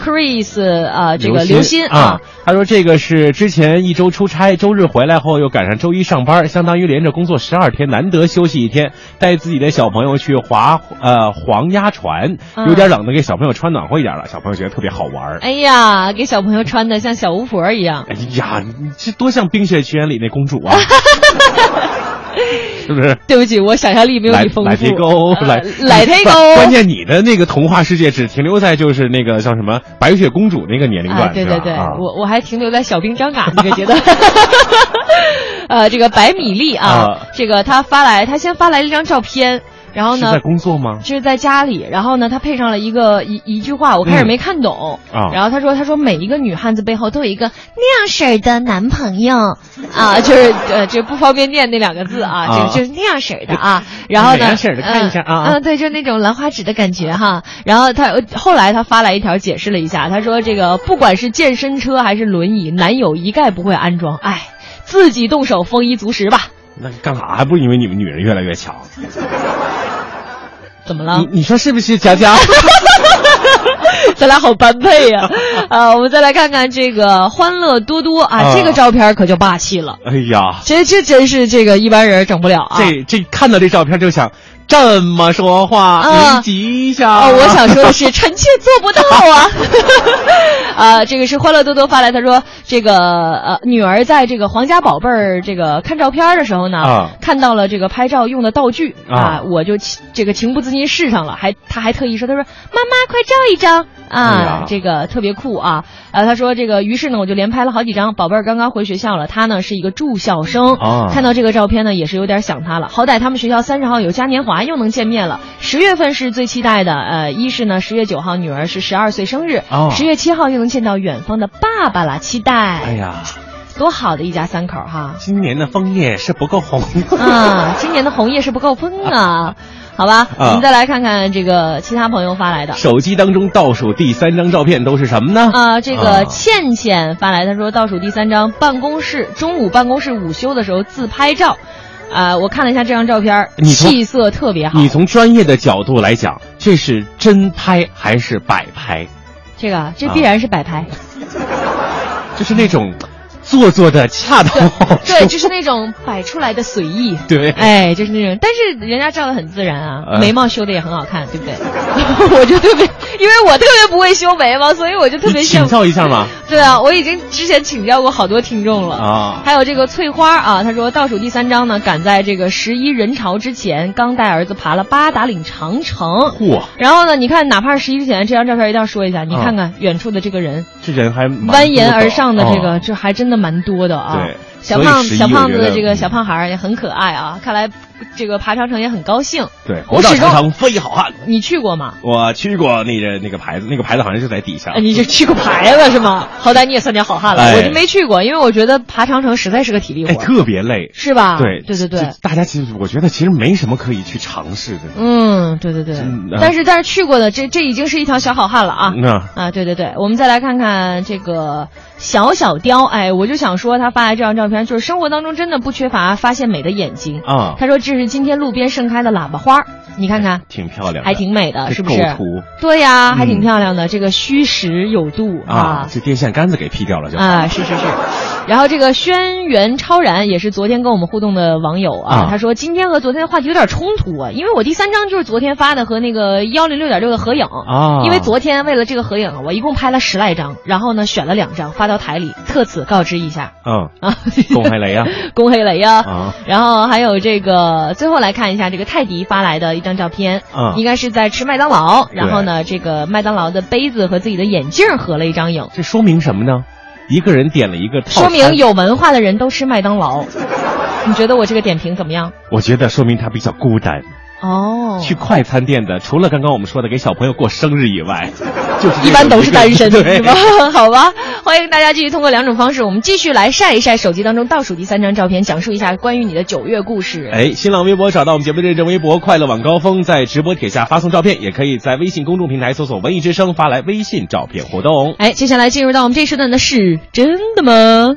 Chris 这个刘鑫啊， 他说这个是之前一周出差，周日回来后又赶上周一上班，相当于连着工作12天，难得休息一天，带自己的小朋友去划黄鸭船，有点冷的，给小朋友穿暖和一点了，小朋友觉得特别好玩。 哎呀，给小朋友穿的像小巫婆一样。 哎呀，你这多像《冰雪奇缘》里那公主啊！是不是？ 对不起，我想象力没有你丰富。 来提钩， 来提钩。 关键你的那个童话世界只停留在就是那个像什么白雪公主那个年龄段。 对对对，我还停留在小兵张嘎那个阶段。这个白米粒这个他先发来了一张照片。然后呢？ 是在工作吗？ 这是在家里。然后呢，他配上了一句话，我开始没看懂。然后他说每一个女汉子背后都有一个那样式儿的男朋友啊，就是这不方便念那2个字啊，就是那样式儿的啊。然后呢，那样式儿的看一下对，就那种兰花指的感觉哈。然后后来他发来一条解释了一下，他说这个不管是健身车还是轮椅，男友一概不会安装，自己动手丰衣足食吧。 那干啥？还不是因为你们女人越来越强？ 怎么了？ 你说是不是，佳佳？ 咱俩好般配呀！我们再来看看这个欢乐多多这个照片可就霸气了。 哎呀， 这真是这个一般人整不了啊！ 这看到这照片就想这么说话，人吉祥。 我想说的是，臣妾做不到啊！这个是欢乐多多发来，他说这个女儿在这个皇家宝贝儿这个看照片的时候呢，看到了这个拍照用的道具我就这个情不自禁试上了，他还特意说，他说妈妈快照一张这个特别酷啊！他说这个，于是呢我就连拍了好几张。宝贝儿刚刚回学校了，他呢是一个住校生，看到这个照片呢也是有点想他了。好歹他们学校30号有嘉年华，又能见面了。10月份是最期待的，一是呢10月9号女儿是12岁生日，10月7号又能见到远方的爸爸了，期待。 哎呀， 多好的一家3口哈！ 今年的枫叶是不够红今年的红叶是不够疯啊！好吧，我们再来看看这个其他朋友发来的。 手机当中倒数第3张照片都是什么呢？ 这个倩倩发来，她说倒数第3张，中午办公室午休的时候自拍照。我看了一下这张照片，气色特别好。 你从专业的角度来讲，这是真拍还是摆拍？ 这必然是摆拍， 就是那种做作的恰到好处， 对，就是那种摆出来的随意， 对， 就是那种，但是人家照的很自然眉毛修的也很好看，对不对？我就特别，因为我特别不会修眉毛，所以我就特别请教一下嘛。 对我已经之前请教过好多听众了还有这个翠花她说倒数第3张呢，赶在这个11人潮之前，刚带儿子爬了八达岭长城。然后呢，你看哪怕是11之前，这张照片一定要说一下，你看看远处的这个人， 这人还蜿蜒而上的这个，这还真的蛮多的对。 小胖子的这个小胖孩也很可爱看来这个爬长城也很高兴。 对，我到长城非好汉。 你去过吗？ 我去过那个牌子，那个牌子好像就在底下。 你就去过牌子是吗？好歹你也算点好汉了。我就没去过，因为我觉得爬长城实在是个体力活， 特别累， 是吧？ 对。大家我觉得其实没什么可以去尝试的。 对。但是去过的这已经是一条小好汉了对。我们再来看看这个小雕，我就想说他发来这张照片，就是生活当中真的不缺乏发现美的眼睛他说这是今天路边盛开的喇叭花，你看看， 挺漂亮的， 还挺美的，是不是？ 构图对呀，还挺漂亮的，这个虚实有度这电线杆子给劈掉了就是。然后这个轩辕超然也是昨天跟我们互动的网友他说今天和昨天的话题有点冲突因为我第3张就是昨天发的和那个106.6的合影因为昨天为了这个合影我一共拍了10来张，然后呢选了2张发到台里，特此告知一下恭喜雷呀恭喜雷呀然后还有这个最后来看一下这个泰迪发来的一张照片应该是在吃麦当劳，然后呢这个麦当劳的杯子和自己的眼镜合了一张影， 这说明什么呢？一个人点了一个套餐， 说明有文化的人都吃麦当劳。你觉得我这个点评怎么样？ 我觉得说明他比较孤单去快餐店的，除了刚刚我们说的给小朋友过生日以外，就是一般都是单身， 对吧？好吧，欢迎大家继续通过2种方式，我们继续来晒一晒手机当中倒数第3张照片，讲述一下关于你的9月故事。 新浪微博找到我们节目的认证微博快乐晚高峰，在直播帖下发送照片，也可以在微信公众平台搜索文艺之声发来微信照片活动。 接下来进入到我们这时段的是真的吗？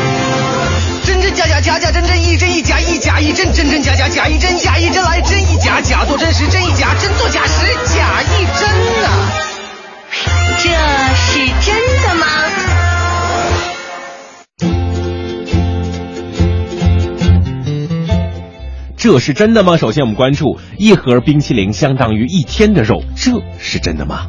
真真假假假假真真，一真一假一假一真，真真假假假一真假一真来真一假假，假作真时真亦假，真作假时假亦真啊！ 这是真的吗？ 这是真的吗？首先我们关注一盒冰淇淋相当于1天的肉，这是真的吗？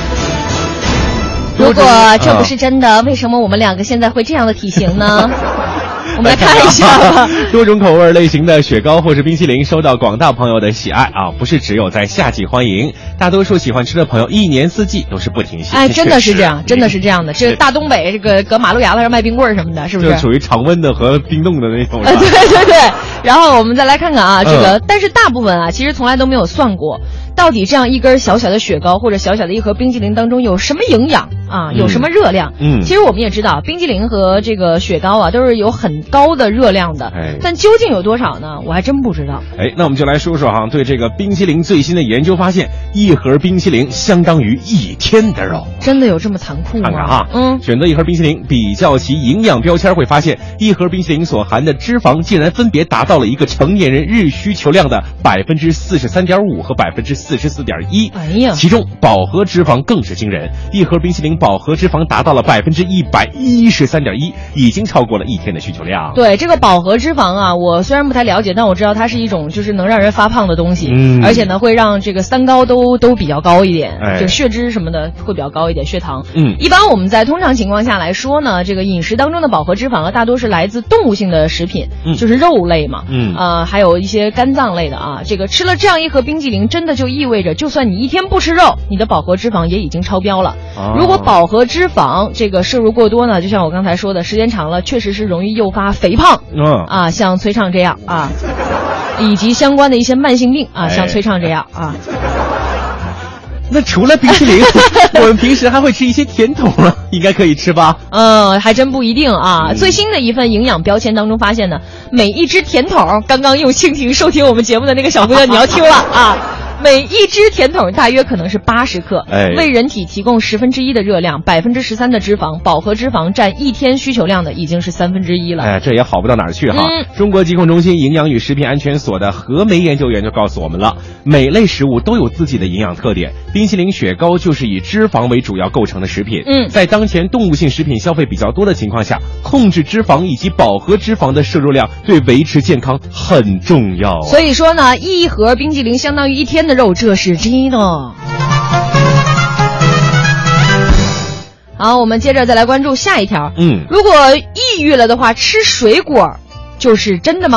如果这不是真的，为什么我们两个现在会这样的体型呢？我们来看一下吧。 多种口味类型的雪糕或是冰淇淋受到广大朋友的喜爱啊，不是只有在夏季欢迎，大多数喜欢吃的朋友一年四季都是不停歇。 哎，真的是这样，真的是这样的。这大东北这个搁马路牙子上卖冰棍什么的，是不是？ 就属于常温的和冰冻的那种。 对对对。然后我们再来看看啊，这个，但是大部分啊，其实从来都没有算过，到底这样一根小小的雪糕或者小小的一盒冰淇淋当中有什么营养啊，有什么热量？其实我们也知道，冰淇淋和这个雪糕啊，都是有很高的热量的。但究竟有多少呢？我还真不知道。 那我们就来说说哈，对这个冰淇淋最新的研究发现，一盒冰淇淋相当于1天的肉。 真的有这么残酷吗？ 看看哈，选择一盒冰淇淋，比较其营养标签，会发现一盒冰淇淋所含的脂肪竟然分别达到了一个成年人日需求量的43.5%和44.1%。 哎呀， 其中饱和脂肪更是惊人，一盒冰淇淋饱和脂肪达到了113.1%，已经超过了1天的需求量。 对，这个饱和脂肪啊，我虽然不太了解，但我知道它是一种就是能让人发胖的东西，而且呢会让这个三高都比较高一点，就血脂什么的会比较高一点，血糖。一般我们在通常情况下来说呢，这个饮食当中的饱和脂肪啊，大多是来自动物性的食品，就是肉类嘛，还有一些肝脏类的啊。这个吃了这样一盒冰淇淋，真的就意味着，就算你1天不吃肉，你的饱和脂肪也已经超标了。如果饱和脂肪这个摄入过多呢，就像我刚才说的，时间长了确实是容易诱发肥胖，像崔畅这样啊，以及相关的一些慢性病啊，像崔畅这样啊。 那除了冰淇淋，我们平时还会吃一些甜筒啊，应该可以吃吧？ 还真不一定啊。最新的一份营养标签当中发现呢，每一只甜筒，刚刚用蜻蜓收听我们节目的那个小姑娘，你要听了啊。每一只甜筒大约可能是80克，为人体提供1/10的热量，13%的脂肪，饱和脂肪占1天需求量的已经是1/3了。 这也好不到哪儿去哈。中国疾控中心营养与食品安全所的何梅研究员就告诉我们了，每类食物都有自己的营养特点，冰淇淋、雪糕就是以脂肪为主要构成的食品。在当前动物性食品消费比较多的情况下，控制脂肪以及饱和脂肪的摄入量对维持健康很重要。 所以说呢，一盒冰淇淋相当于1天的肉，这是真的。好，我们接着再来关注下一条。如果抑郁了的话，吃水果就是真的吗？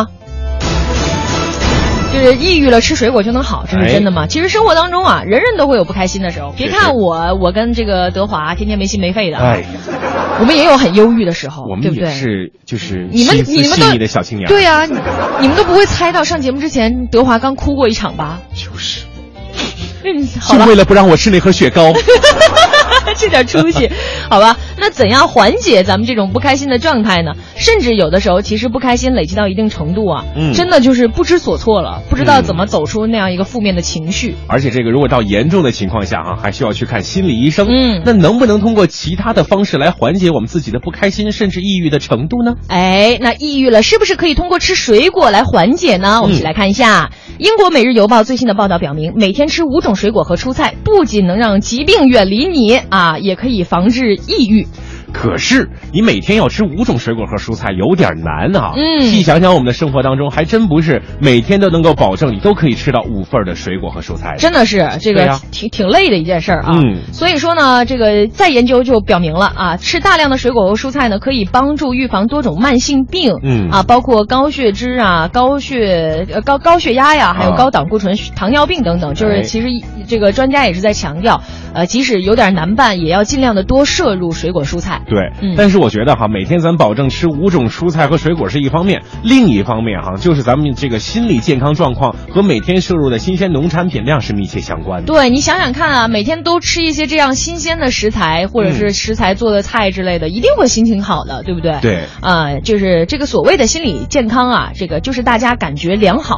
就是抑郁了吃水果就能好，这是真的吗？其实生活当中啊，人人都会有不开心的时候。别看我跟这个德华天天没心没肺的，我们也有很忧郁的时候， 我们对不对？ 也是就是你们细腻的小青年。 对啊，你们都不会猜到上节目之前德华刚哭过一场吧？ 就是好就为了不让我吃那盒雪糕。 这点出息，好吧？那怎样缓解咱们这种不开心的状态呢？甚至有的时候，其实不开心累积到一定程度啊，真的就是不知所措了，不知道怎么走出那样一个负面的情绪。 而且这个如果到严重的情况下还需要去看心理医生。那能不能通过其他的方式来缓解我们自己的不开心，甚至抑郁的程度呢？ 那抑郁了是不是可以通过吃水果来缓解呢？我们一起来看一下。英国《每日邮报》最新的报道表明，每天吃5种水果和蔬菜，不仅能让疾病远离你也可以防治抑郁。 可是你每天要吃5种水果和蔬菜有点难啊。细想想我们的生活当中，还真不是每天都能够保证你都可以吃到5份的水果和蔬菜。 真的是这个挺累的一件事儿啊。所以说呢，这个再研究就表明了吃大量的水果和蔬菜呢，可以帮助预防多种慢性病。包括高血脂高血压呀，还有高胆固醇、糖尿病等等。就是其实这个专家也是在强调，即使有点难办，也要尽量的多摄入水果蔬菜。 对，但是我觉得每天咱保证吃5种蔬菜和水果是一方面，另一方面就是咱们这个心理健康状况和每天摄入的新鲜农产品量是密切相关的。 对，你想想看每天都吃一些这样新鲜的食材，或者是食材做的菜之类的，一定会心情好的，对不对？ 对， 就是这个所谓的心理健康这个就是大家感觉良好。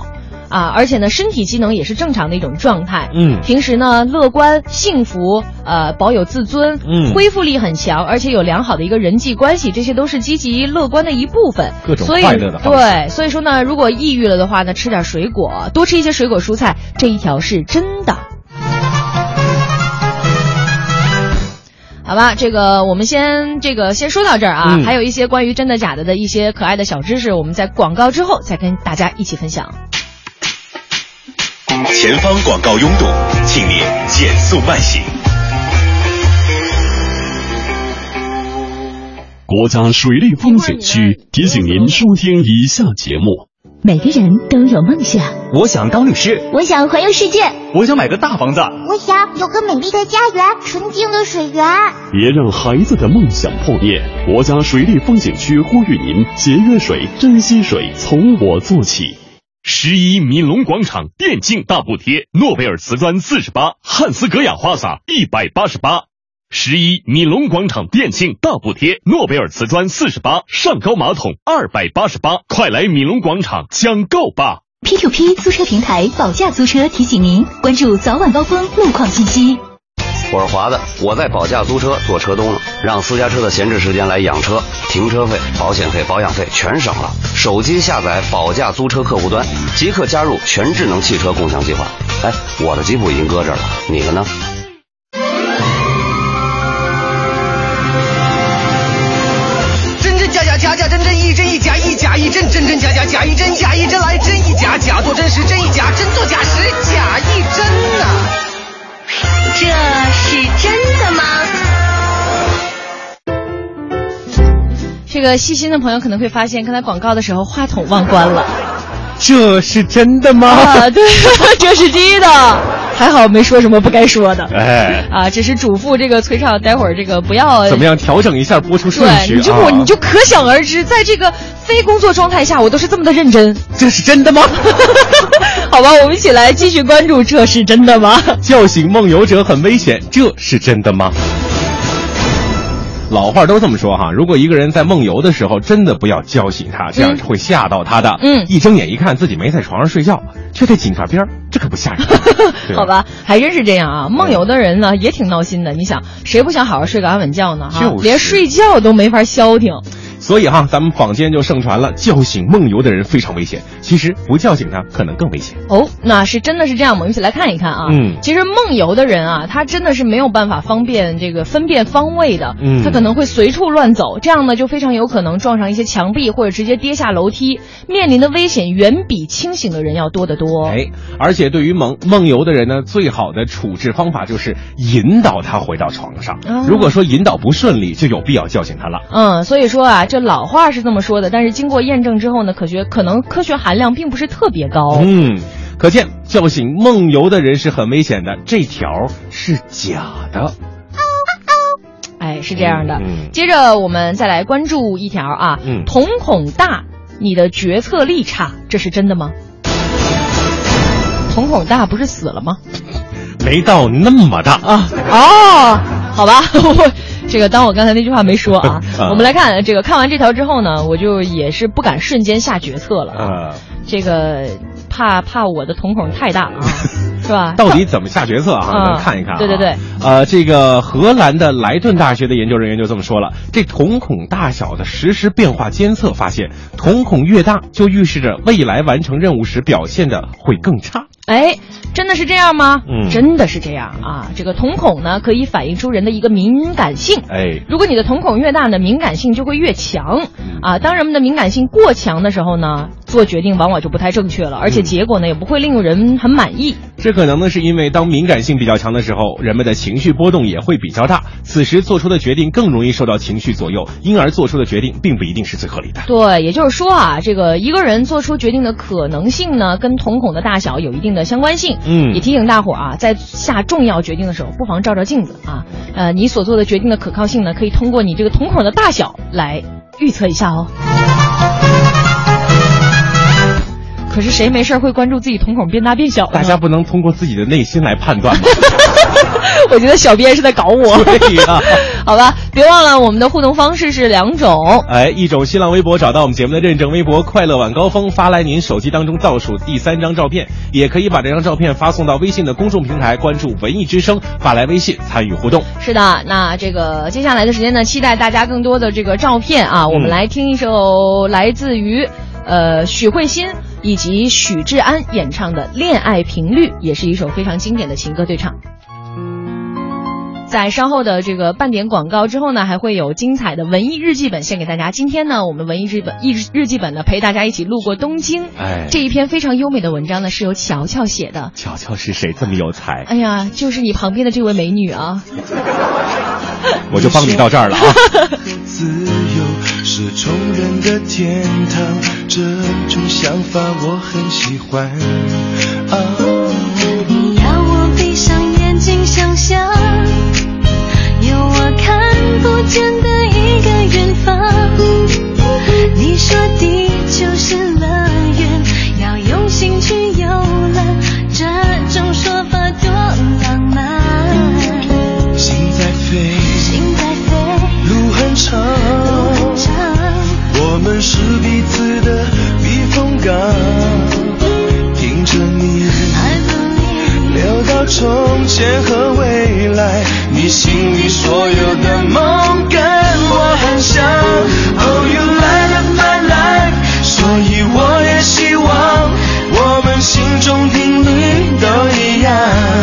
而且呢，身体机能也是正常的一种状态。平时呢，乐观、幸福，保有自尊，恢复力很强，而且有良好的一个人际关系，这些都是积极乐观的一部分。 各种快乐的方式。 对，所以说呢，如果抑郁了的话呢，吃点水果，多吃一些水果蔬菜，这一条是真的。好吧，我们先说到这儿啊，还有一些关于真的假的的一些可爱的小知识，我们在广告之后再跟大家一起分享。 前方广告拥堵，请您减速慢行。 国家水利风景区提醒您收听以下节目。 每个人都有梦想， 我想当律师， 我想环游世界， 我想买个大房子， 我想有个美丽的家园，纯净的水源。 别让孩子的梦想破灭。国家水利风景区呼吁您节约水，珍惜水，从我做起。 11闵龙广场电竞大补贴，诺贝尔瓷砖48，汉斯格雅花洒188。11闵龙广场电竞大补贴，诺贝尔瓷砖48，上高马桶288，快来闵龙广场抢购吧。 P2P 租车平台保价租车提醒您关注早晚高峰路况信息。 我是华子，我在保价租车做车东了，让私家车的闲置时间来养车，停车费、保险费、保养费全省了。手机下载保价租车客户端，即刻加入全智能汽车共享计划。哎，我的吉普已经搁这儿了，你的呢？ 假真真一真一假一假一真真真假假假一真假一真来真一假假作真实真一假真作假实假一真呐。 这是真的吗？ 这个细心的朋友可能会发现，刚才广告的时候话筒忘关了。 这是真的吗？ 对，这是真的。还好没说什么不该说的，只是嘱咐这个崔畅，待会儿不要怎么样调整一下播出顺序。 对，你就可想而知，在这个非工作状态下，我都是这么的认真。 这是真的吗？ 好吧，我们一起来继续关注，这是真的吗？ 叫醒梦游者很危险，这是真的吗？老话都这么说哈，如果一个人在梦游的时候，真的不要叫醒他，这样会吓到他的。一睁眼一看自己没在床上睡觉，却在井盖边，这可不吓人。 好吧，还真是这样啊。梦游的人呢也挺闹心的，你想谁不想好好睡个安稳觉呢？连睡觉都没法消停。 所以咱们坊间就盛传了，叫醒梦游的人非常危险。其实不叫醒他可能更危险。 那是真的是这样吗？我们一起来看一看啊。其实梦游的人啊，他真的是没有办法分辨方位的。他可能会随处乱走，这样呢就非常有可能撞上一些墙壁，或者直接跌下楼梯，面临的危险远比清醒的人要多得多。 而且对于梦游的人呢，最好的处置方法就是引导他回到床上。如果说引导不顺利，就有必要叫醒他了。 所以说啊，这老话是这么说的，但是经过验证之后呢，可能科学含量并不是特别高。 可见叫醒梦游的人是很危险的，这条是假的。 是这样的。接着我们再来关注一条啊，瞳孔大，你的决策力差，这是真的吗？瞳孔大不是死了吗？ 没到那么大好吧。当我刚才那句话没说啊。我们来看看完这条之后呢，我就也是不敢瞬间下决策了。怕我的瞳孔太大啊，是吧？ 到底怎么下决策啊？咱们看一看。 对。 这个荷兰的莱顿大学的研究人员就这么说了，这瞳孔大小的实时变化监测发现，瞳孔越大就预示着未来完成任务时表现的会更差。 真的是这样吗？真的是这样啊！这个瞳孔呢，可以反映出人的一个敏感性。如果你的瞳孔越大呢，敏感性就会越强。当人们的敏感性过强的时候呢，做决定往往就不太正确了，而且结果呢也不会令人很满意。 这可能呢是因为当敏感性比较强的时候，人们的情绪波动也会比较大，此时做出的决定更容易受到情绪左右，因而做出的决定并不一定是最合理的。 对，也就是说啊，这个一个人做出决定的可能性呢，跟瞳孔的大小有一定的相关性。也提醒大伙啊，在下重要决定的时候，不妨照照镜子啊。你所做的决定的可靠性呢，可以通过你这个瞳孔的大小来预测一下哦。 可是谁没事会关注自己瞳孔变大变小的？ 大家不能通过自己的内心来判断吗？ 我觉得小编是在搞我。 对呀， 好吧，别忘了我们的互动方式是2种。 一种新浪微博找到我们节目的认证微博快乐晚高峰，发来您手机当中倒数第3张照片，也可以把这张照片发送到微信的公众平台，关注文艺之声，发来微信参与互动。 是的，那这个接下来的时间呢，期待大家更多的这个照片啊，我们来听一首来自于许慧欣以及许志安演唱的《恋爱频率》，也是一首非常经典的情歌对唱。在稍后的这个半点广告之后呢，还会有精彩的文艺日记本献给大家。今天呢，我们文艺日记本呢陪大家一起路过东京。这一篇非常优美的文章呢是由乔乔写的。 乔乔是谁？这么有才？ 哎呀，就是你旁边的这位美女啊。 我就帮你到这儿了啊。 自由是穷人的天堂，这种想法我很喜欢啊。 你要我闭上眼睛想象，有我看不见的一个远方。你说地球是乐园，要用心去游览，这种说法多浪漫。 心在飞，路很长，我们是彼此的避风港。听着你聊到从前和未来，你心里所有的梦跟我很像。Oh, you light up my life， 所以我也希望我们心中频率都一样。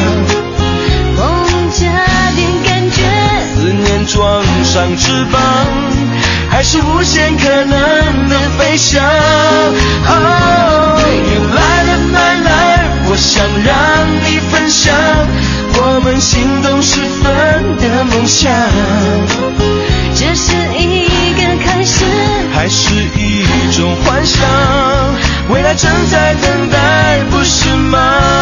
梦加点感觉， 思念装上翅膀，还是无限可能的飞翔。Oh, you light up my life， 我想让你分享我们心动时分的梦想。 这是一个开始， 还是一种幻想？未来正在等待，不是吗？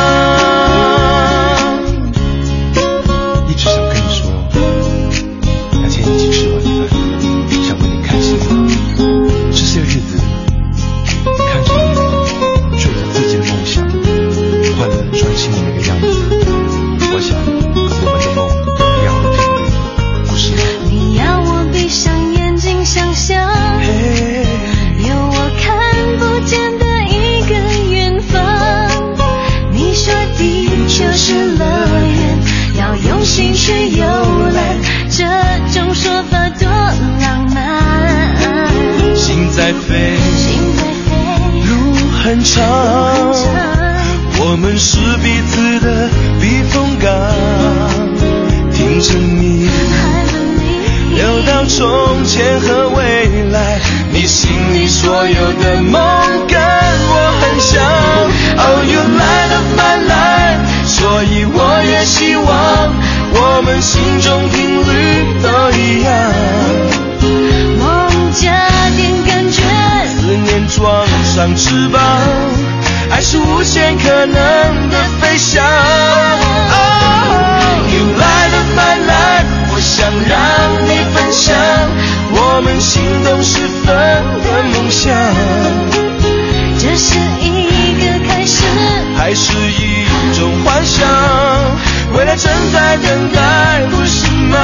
一直想跟你说，要牵你一起吃晚饭，想问你开心吗？这些日子看着你追着自己的梦想，快乐专心的那个样子，我想我们的梦一样的频率，不是吗？ 你要我闭上眼睛想象，有我看不见的一个远方。你说地球是乐园，要用心去游览，这种说法多浪漫。 心在飞，路很长，我们是彼此的避风港。听着你聊到从前和未来，你心里所有的梦跟我很像。Oh, you light up my life， 所以我也希望我们心中频率都一样。 梦加点感觉， 思念装上翅膀，爱是无限可能的飞翔。Oh, you light up my life， 我想让你分享我们心动时分的梦想。 这是一个开始， 还是一种幻想？未来正在等待，不是吗？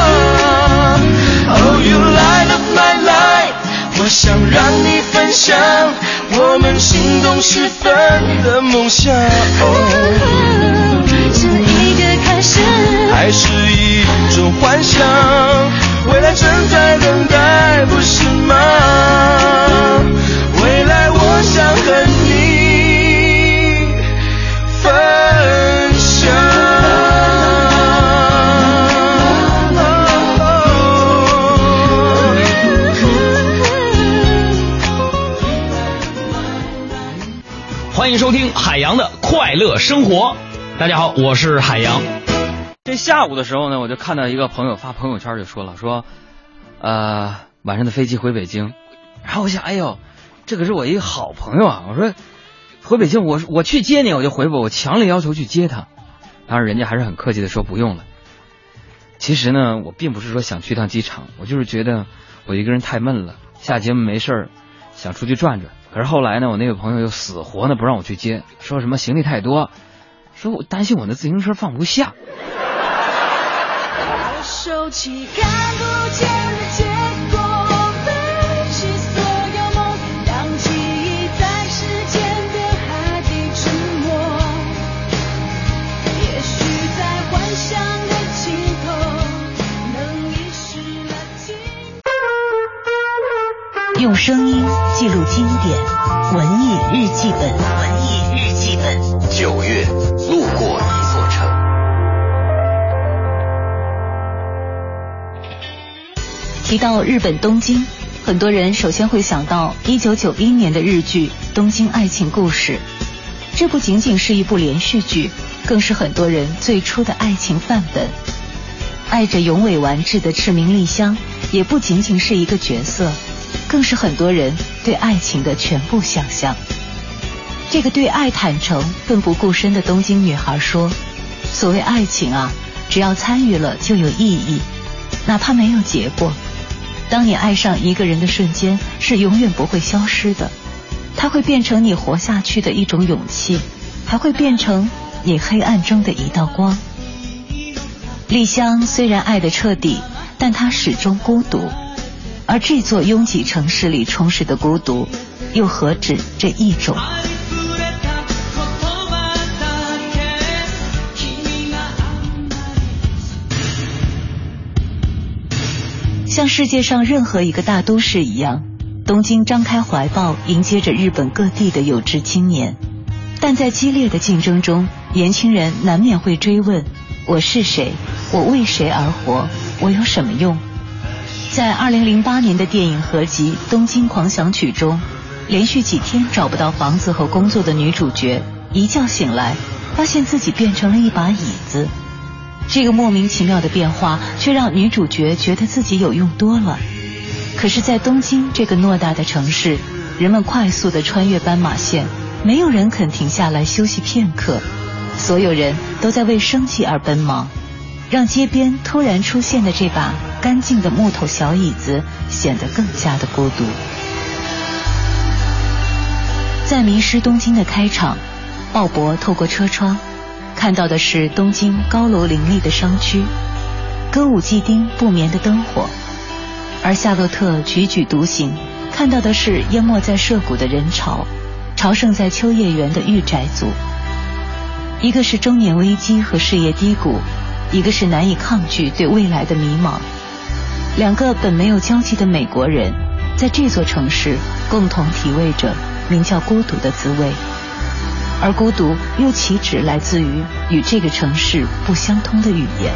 Oh, you light up my life， 我想让你分享我们心动时分的梦想。 是一个开始， 还是一种幻想？未来正在等待，不是吗？未来我想和你分享。 欢迎收听海洋的快乐生活。大家好，我是海洋。 这下午的时候呢，我就看到一个朋友发朋友圈就说了，说晚上的飞机回北京。然后我想，哎呦，这可是我一个好朋友啊，我说回北京我去接你，我就回复我强烈要求去接他。当然人家还是很客气的说不用了。其实呢，我并不是说想去趟机场，我就是觉得我一个人太闷了，下节目没事儿想出去转转。 可是后来呢，我那个朋友又死活呢不让我去接，说什么行李太多，说我担心我的自行车放不下。 收起看不见的结果，飞去所有梦，让记忆在时间的海底沉没。也许在幻想的尽头，能遗失了尽头。 用声音记录经典，文艺日记本。文艺日记本。 9月，路过一座城。 提到日本东京，很多人首先会想到1991年的日剧《东京爱情故事》。这不仅仅是一部连续剧，更是很多人最初的爱情范本。爱着永尾完治的赤名莉香，也不仅仅是一个角色，更是很多人对爱情的全部想象。这个对爱坦诚、奋不顾身的东京女孩说：“所谓爱情啊，只要参与了就有意义，哪怕没有结果。当你爱上一个人的瞬间，是永远不会消失的。它会变成你活下去的一种勇气，还会变成你黑暗中的一道光。”莉香虽然爱得彻底，但她始终孤独。而这座拥挤城市里充实的孤独，又何止这一种？像世界上任何一个大都市一样，东京张开怀抱迎接着日本各地的有志青年。但在激烈的竞争中，年轻人难免会追问：我是谁？我为谁而活？我有什么用？在2008年的电影合集《东京狂想曲》中，连续几天找不到房子和工作的女主角，一觉醒来，发现自己变成了一把椅子。这个莫名其妙的变化，却让女主角觉得自己有用多了。可是在东京这个偌大的城市，人们快速地穿越斑马线，没有人肯停下来休息片刻，所有人都在为生计而奔忙，让街边突然出现的这把干净的木头小椅子显得更加的孤独。在《迷失东京》的开场，鲍勃透过车窗看到的是东京高楼林立的商区，歌舞伎町不眠的灯火，而夏洛特踽踽独行，看到的是淹没在涉谷的人潮，朝圣在秋叶原的御宅族。一个是中年危机和事业低谷，一个是难以抗拒对未来的迷茫。两个本没有交集的美国人，在这座城市共同体味着名叫孤独的滋味，而孤独又岂止来自于与这个城市不相通的语言。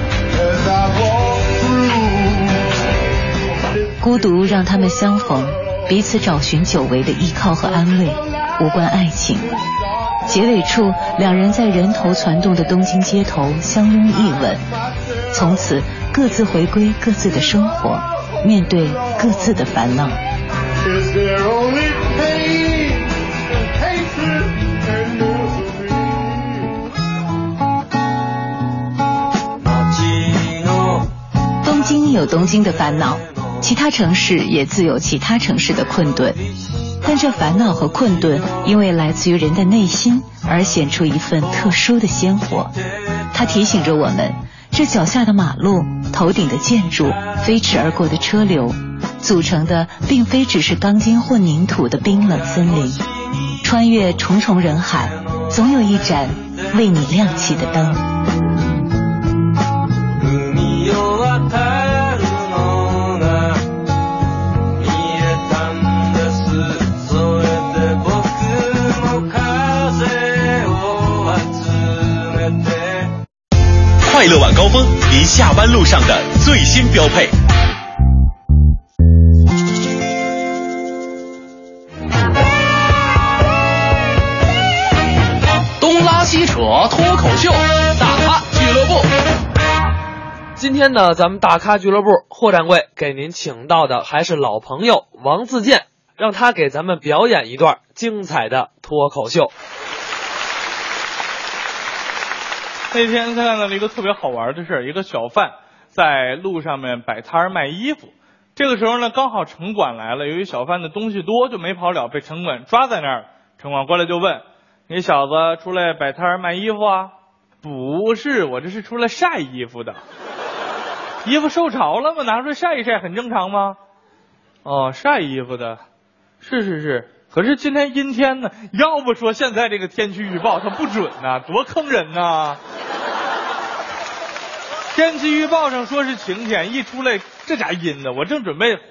孤独让他们相逢，彼此找寻久违的依靠和安慰，无关爱情。结尾处，两人在人头攒动的东京街头相拥一吻，从此各自回归各自的生活，面对各自的烦恼。东京有东京的烦恼，其他城市也自有其他城市的困顿，但这烦恼和困顿因为来自于人的内心而显出一份特殊的鲜活。它提醒着我们，这脚下的马路、头顶的建筑、飞驰而过的车流，组成的并非只是钢筋混凝土的冰冷森林。穿越重重人海，总有一盏为你亮起的灯。 快乐晚高峰，您下班路上的最新标配。 东拉西扯脱口秀，大咖俱乐部。 今天呢，咱们大咖俱乐部霍掌柜给您请到的还是老朋友王自健，让他给咱们表演一段精彩的脱口秀。 那天看到了一个特别好玩的事，一个小贩在路上面摆摊卖衣服， 这个时候呢，刚好城管来了，由于小贩的东西多，就没跑了，被城管抓在那儿。城管过来就问：“你小子出来摆摊卖衣服啊？”“不是，我这是出来晒衣服的。”“衣服受潮了吗？拿出来晒一晒，很正常吗？”“哦，晒衣服的，是。可是今天阴天呢，要不说现在这个天气预报它不准呢，多坑人呐！天气预报上说是晴天，一出来这家阴的，我正准备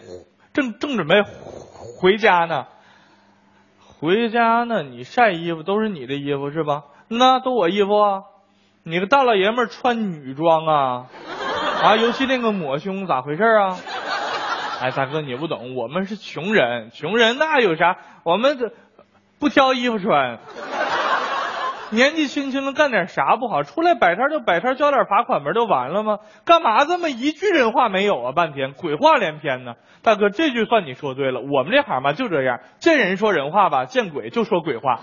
回家呢。回家呢，你晒衣服都是你的衣服是吧？那都我衣服啊！你个大老爷们穿女装啊？尤其那个抹胸咋回事啊？哎，大哥你不懂，我们是穷人，穷人那有啥？我们这不挑衣服穿。年纪轻轻的干点啥不好？出来摆摊就摆摊，交点罚款不就完了吗？干嘛这么一句人话没有啊？半天鬼话连篇呢。大哥，这句算你说对了，我们这行吧就这样，见人说人话吧，见鬼就说鬼话。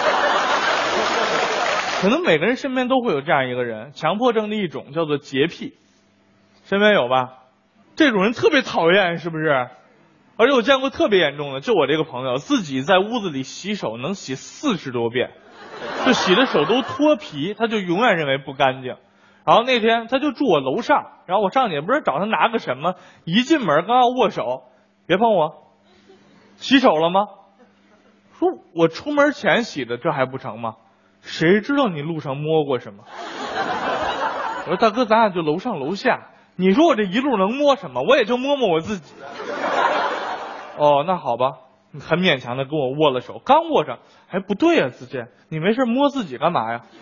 可能每个人身边都会有这样一个人，强迫症的一种叫做洁癖，身边有吧？这种人特别讨厌，是不是？而且我见过特别严重的，就我这个朋友自己在屋子里洗手能洗40多遍，就洗的手都脱皮，他就永远认为不干净。然后那天他就住我楼上，然后我上去也不知道找他拿个什么，一进门刚要握手，别碰我，洗手了吗？说我出门前洗的，这还不成吗？谁知道你路上摸过什么？我说大哥，咱俩就楼上楼下，你说我这一路能摸什么？我也就摸摸我自己。哦，那好吧，很勉强的跟我握了手，刚握上，哎，不对呀，子健，你没事摸自己干嘛呀？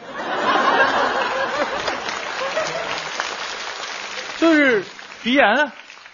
就是鼻炎啊。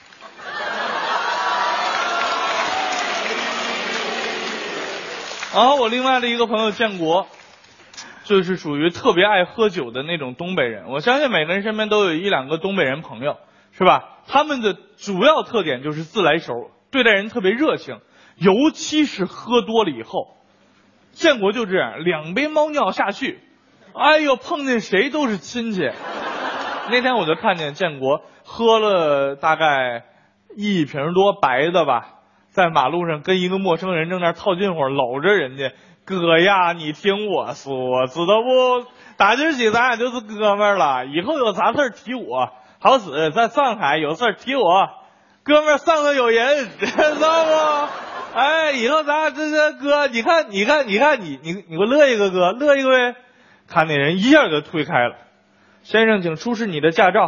然后我另外的一个朋友建国，就是属于特别爱喝酒的那种东北人。我相信每个人身边都有一两个东北人朋友，是吧？他们的主要特点就是自来熟，对待人特别热情，尤其是喝多了以后。建国就这样，2杯猫尿下去，哎呦，碰见谁都是亲戚。那天我就看见建国喝了大概1瓶多白的吧，在马路上跟一个陌生人正那套近乎，搂着人家。哥呀，你听我说，知道不？打今儿起咱俩就是哥们儿了，以后有啥事儿提我。好使在上海有事儿提我，哥们儿上头有人，知道不？哎，以后咱俩这哥，你看你给我乐一个哥，乐一个呗。看那人一下就推开了，先生，请出示你的驾照。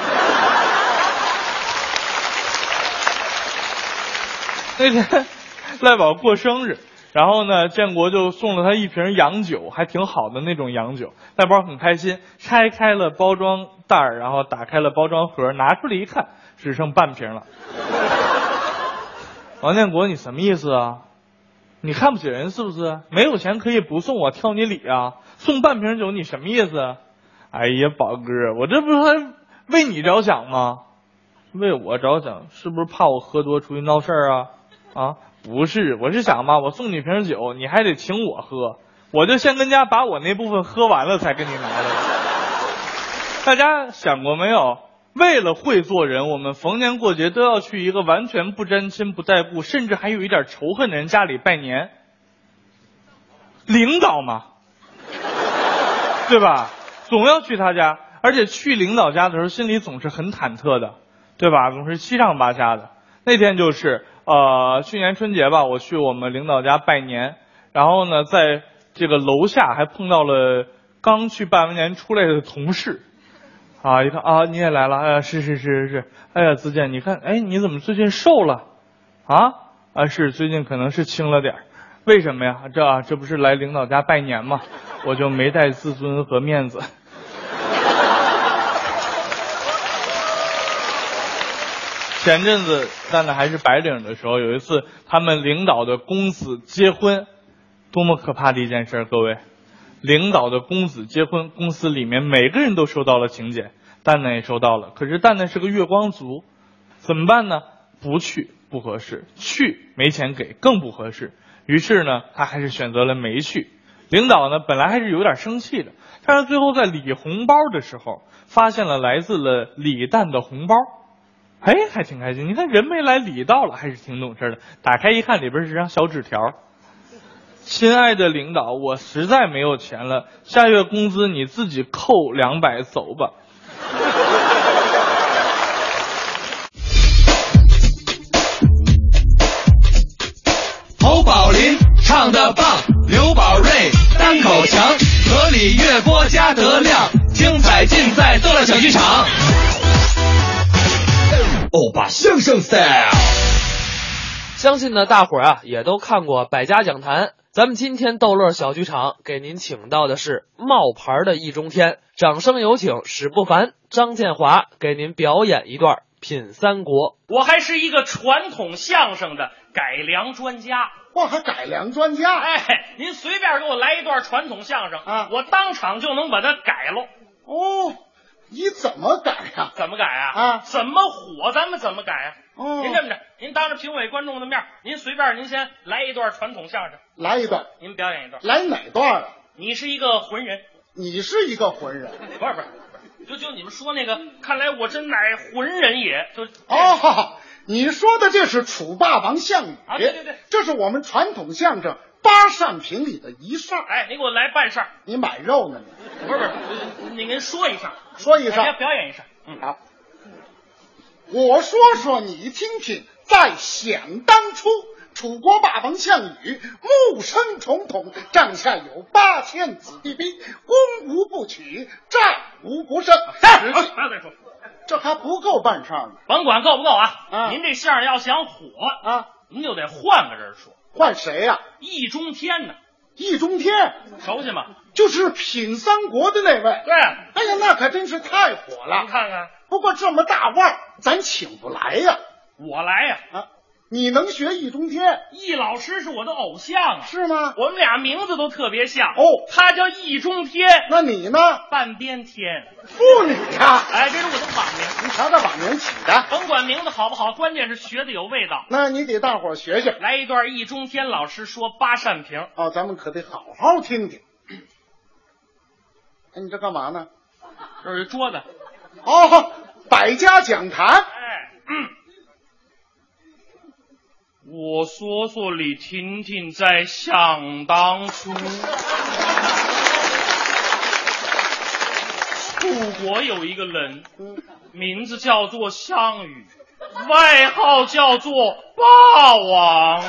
那天赖宝过生日。然后呢，建国就送了他1瓶洋酒，还挺好的那种洋酒。赖宝很开心，拆开了包装袋，然后打开了包装盒，拿出来一看，只剩半瓶了。王建国，你什么意思啊？你看不起人是不是？没有钱可以不送我，挑你理啊？送半瓶酒你什么意思？哎呀，宝哥，我这不是还为你着想吗？为我着想，是不是怕我喝多出去闹事儿啊？啊？不是，我是想吧，我送你瓶酒，你还得请我喝，我就先跟家把我那部分喝完了才跟你拿来。大家想过没有？为了会做人，我们逢年过节都要去一个完全不沾亲不带故，甚至还有一点仇恨的人家里拜年。领导嘛，对吧？总要去他家，而且去领导家的时候心里总是很忐忑的，对吧？总是七上八下的。那天就是去年春节吧，我去我们领导家拜年，然后呢，在这个楼下还碰到了刚去拜完年出来的同事，一看啊，你也来了，哎呀，是，哎呀，子健，你看，哎，你怎么最近瘦了？是最近可能是轻了点，为什么呀？这不是来领导家拜年吗？我就没带自尊和面子。前阵子蛋蛋还是白领的时候，有一次他们领导的公子结婚，多么可怕的一件事，各位！领导的公子结婚，公司里面每个人都收到了请柬，蛋蛋也收到了。可是蛋蛋是个月光族，怎么办呢？不去不合适，去没钱给更不合适。于是呢，他还是选择了没去。领导呢，本来还是有点生气的，但是最后在理红包的时候，发现了来自了李诞的红包。 哎，还挺开心。你看人没来，礼到了，还是挺懂事的。打开一看，里边是张小纸条。亲爱的领导，我实在没有钱了，下月工资你自己扣200走吧。 侯宝林唱得棒，刘宝瑞单口强，河里月波加德亮，精彩尽在逗乐小剧场。欧巴相声 style。 相信呢，大伙儿也都看过《百家讲坛》。咱们今天逗乐小剧场给您请到的是冒牌的易中天，掌声有请史不凡、张建华给您表演一段品三国。 我还是一个传统相声的改良专家。 我还改良专家？ 哎，您随便给我来一段传统相声啊，我当场就能把它改了。 哦，你怎么改呀？ 怎么改啊？怎么火咱们怎么改啊？您这么着，您当着评委观众的面，您随便您先来一段传统相声。 来一段。 您表演一段。 来哪段啊？ 你是一个浑人。 你是一个浑人？ 不是，就你们说那个，看来我真乃浑人也。就哦，你说的这是楚霸王项羽啊？对， 这是我们传统相声八扇屏里的一扇。 哎，你给我来半扇。 你买肉呢？ 你不是，您说一扇， 说一扇， 表演一扇。 好。我说你听听，在想当初，楚国霸王项羽目生重统，帐下有8000子弟兵，攻无不取，战无不胜。 不要再说， 这还不够半扇呢。 甭管够不够啊！您这相声要想火啊， 您就得换个人说。 换谁呀？ 易中天呢？ 易中天熟悉吗？ 就是品三国的那位。 对。 哎呀，那可真是太火了。 您看看。 不过这么大腕儿，咱请不来呀。 我来呀！ 啊，你能学易中天？ 易老师是我的偶像啊。 是吗？ 我们俩名字都特别像。 哦， 他叫易中天， 那你呢？ 半边天。 妇女呀！ 哎，这是我的网名。 你瞧这网名起的， 甭管名字好不好，关键是学的有味道。 那你给大伙儿学学， 来一段易中天老师说八扇屏。 哦，咱们可得好好听听。哎，你这干嘛呢？ 这是桌子。 哦，百家讲坛。 我说你听听，在想当初，楚国有一个人，名字叫做项羽，外号叫做霸王。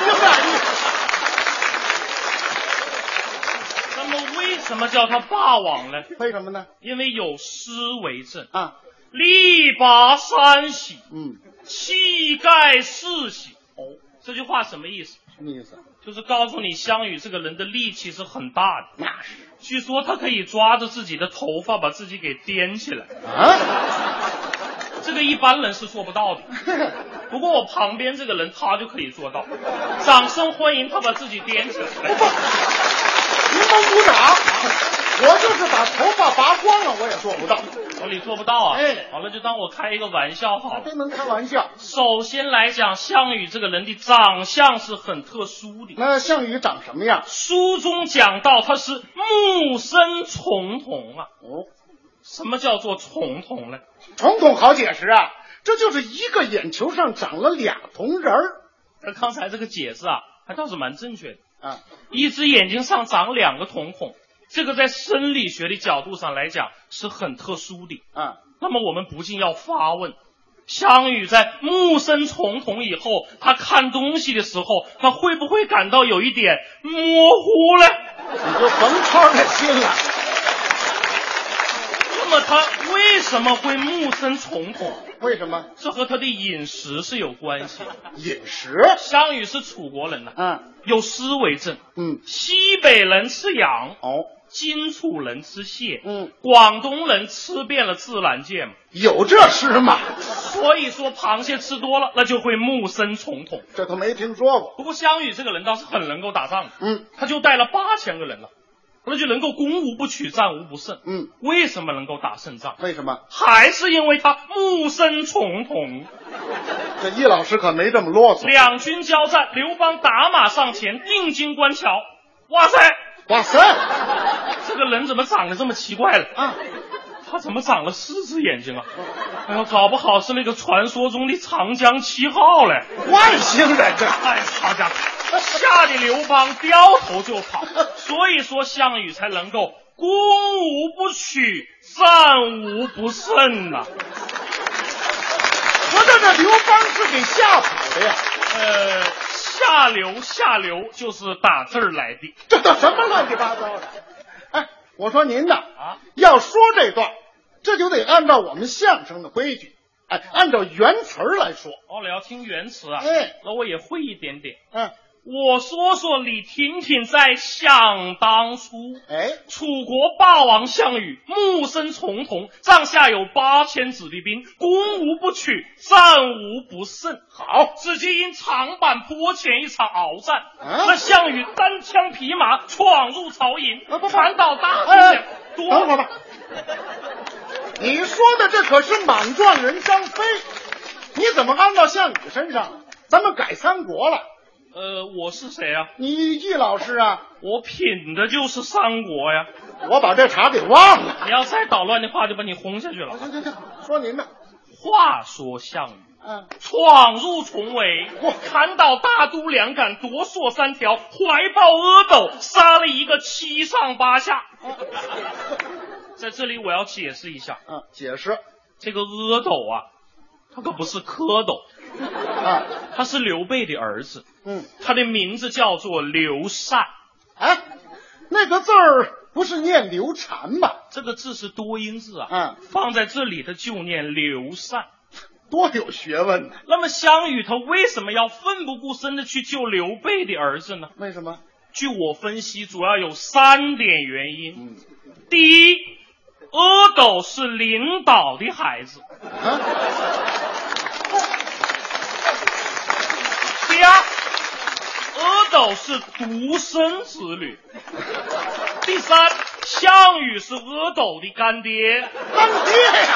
那么为什么叫他霸王呢？ 为什么呢？ 因为有诗为证啊， 力拔山兮，气盖世兮。这句话什么意思？ 什么意思？ 就是告诉你，项羽这个人的力气是很大的。 那是， 据说他可以抓着自己的头发把自己给颠起来啊！ 这个一般人是做不到的。不过我旁边这个人他就可以做到。掌声欢迎他把自己颠起来。 您甭鼓掌，我就是把头发拔光了，我也做不到。 你做不到啊？ 哎， 好了，就当我开一个玩笑好了。 真能开玩笑。 首先来讲，项羽这个人的长相是很特殊的。 那项羽长什么样？ 书中讲到他是目生重瞳啊。 哦， 什么叫做重瞳呢？ 重瞳好解释啊，这就是一个眼球上长了2瞳仁儿。 那刚才这个解释啊，还倒是蛮正确的啊。 一只眼睛上长2个瞳孔。这个在生理学的角度上来讲是很特殊的啊。 那么我们不禁要发问，项羽在目生重瞳以后，他看东西的时候，他会不会感到有一点模糊呢？ 你就甭操这心了。 那么他为什么会目生重瞳？ 为什么？ 这和他的饮食是有关系。 饮食？ 项羽是楚国人呐，有诗为证。西北人吃羊，荆楚人吃蟹，广东人吃遍了自然界嘛。 有这诗吗？ 所以说螃蟹吃多了，那就会目生重瞳。 这都没听说过。 不过项羽这个人倒是很能够打仗的，他就带了8000个人了。那就能够攻无不取，战无不胜。为什么能够打胜仗？ 为什么？ 还是因为他目生重瞳。 这易老师可没这么啰嗦。 两军交战，刘邦打马上前，定睛观瞧，哇塞， 哇塞， 这个人怎么长得这么奇怪了啊？ 他怎么长了4只眼睛啊？哎呦，搞不好是那个传说中的长江7号嘞， 外星人这！ 哎，好家伙，吓得刘邦掉头就跑，所以说项羽才能够攻无不取，战无不胜呐。 我这刘邦是给吓跑的呀？ 下流就是打字儿来的。 这都什么乱七八糟的？哎，我说您呐，要说这段，这就得按照我们相声的规矩，哎，按照原词儿来说。 哦，你要听原词啊？ 哎， 那我也会一点点。我说说你听听，在想当初，楚国霸王项羽目生重瞳，帐下有8000子弟兵，攻无不取，战无不胜。 好， 只见因长坂坡前一场鏖战，那项羽单枪匹马闯入曹营，砍倒大军。 等会儿吧，你说的这可是莽撞人张飞，你怎么安到项羽身上了？咱们改三国了。 我是谁啊？ 你易老师啊。 我品的就是三国呀。 我把这茬给忘了。 你要再捣乱的话，就把你轰下去了。 行，说您的。 话说项羽，闯入重围，砍倒大都两杆，夺槊3条，怀抱阿斗，杀了一个7上8下。在这里我要解释一下。 解释。 这个阿斗啊，他可不是蝌蚪。他是刘备的儿子，他的名字叫做刘禅。 哎，那个字儿不是念刘禅吗？ 这个字是多音字啊，放在这里的就念刘禅， 多有学问呢。 那么项羽他为什么要奋不顾身的去救刘备的儿子呢？ 为什么？ 据我分析，主要有3点原因。第一，阿斗是领导的孩子。第二，阿斗是独生子女。第三，项羽是阿斗的干爹。 干爹呀！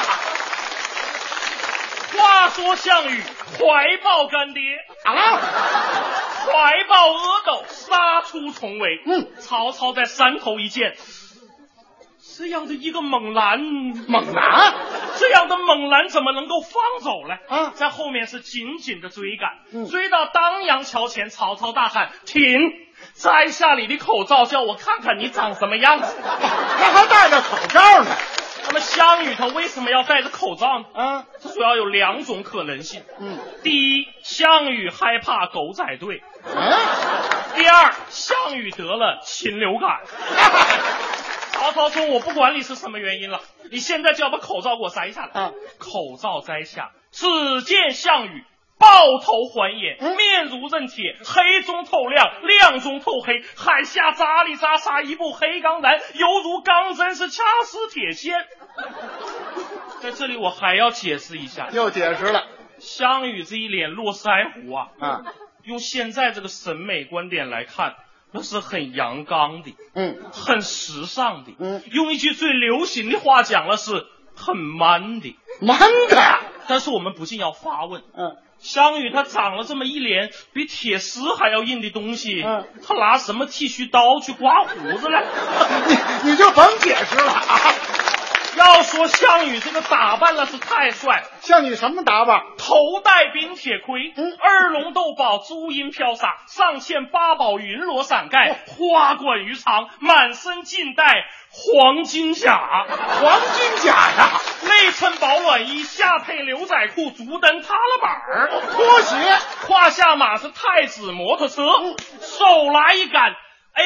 话说项羽怀抱干爹怀抱阿斗，杀出重围。曹操在山头一见，这样的一个猛男，这样的猛男怎么能够放走呢？在后面是紧紧的追赶，追到当阳桥前，曹操大喊：“停！摘下你的口罩，叫我看看你长什么样子。” 他还戴着口罩呢。 那么项羽他为什么要戴着口罩呢？这主要有2种可能性。第一，项羽害怕狗仔队。第二，项羽得了禽流感。曹操说：“我不管你是什么原因了，你现在就要把口罩给我摘下来。”口罩摘下，只见项羽抱头环眼，面如刃铁，黑中透亮，亮中透黑，海下扎里扎沙一部黑钢男，犹如钢针是掐死铁线。在这里我还要解释一下。 又解释了。 项羽这一脸络腮胡啊，用现在这个审美观点来看，那是很阳刚的，很时尚的，用一句最流行的话讲了，是很 man 的。但是我们不禁要发问，项羽他长了这么一脸比铁丝还要硬的东西，他拿什么剃须刀去刮胡子呢？ 你就甭解释了啊！ 要说项羽这个打扮那是太帅。 项羽什么打扮？ 头戴冰铁盔，二龙斗宝珠缨飘洒，上嵌八宝云罗伞盖，花冠鱼肠，满身尽带黄金甲。 黄金甲呀！ 内衬保暖衣，下配牛仔裤，足蹬踏了板拖鞋， 胯下马是太子摩托车，手拿一杆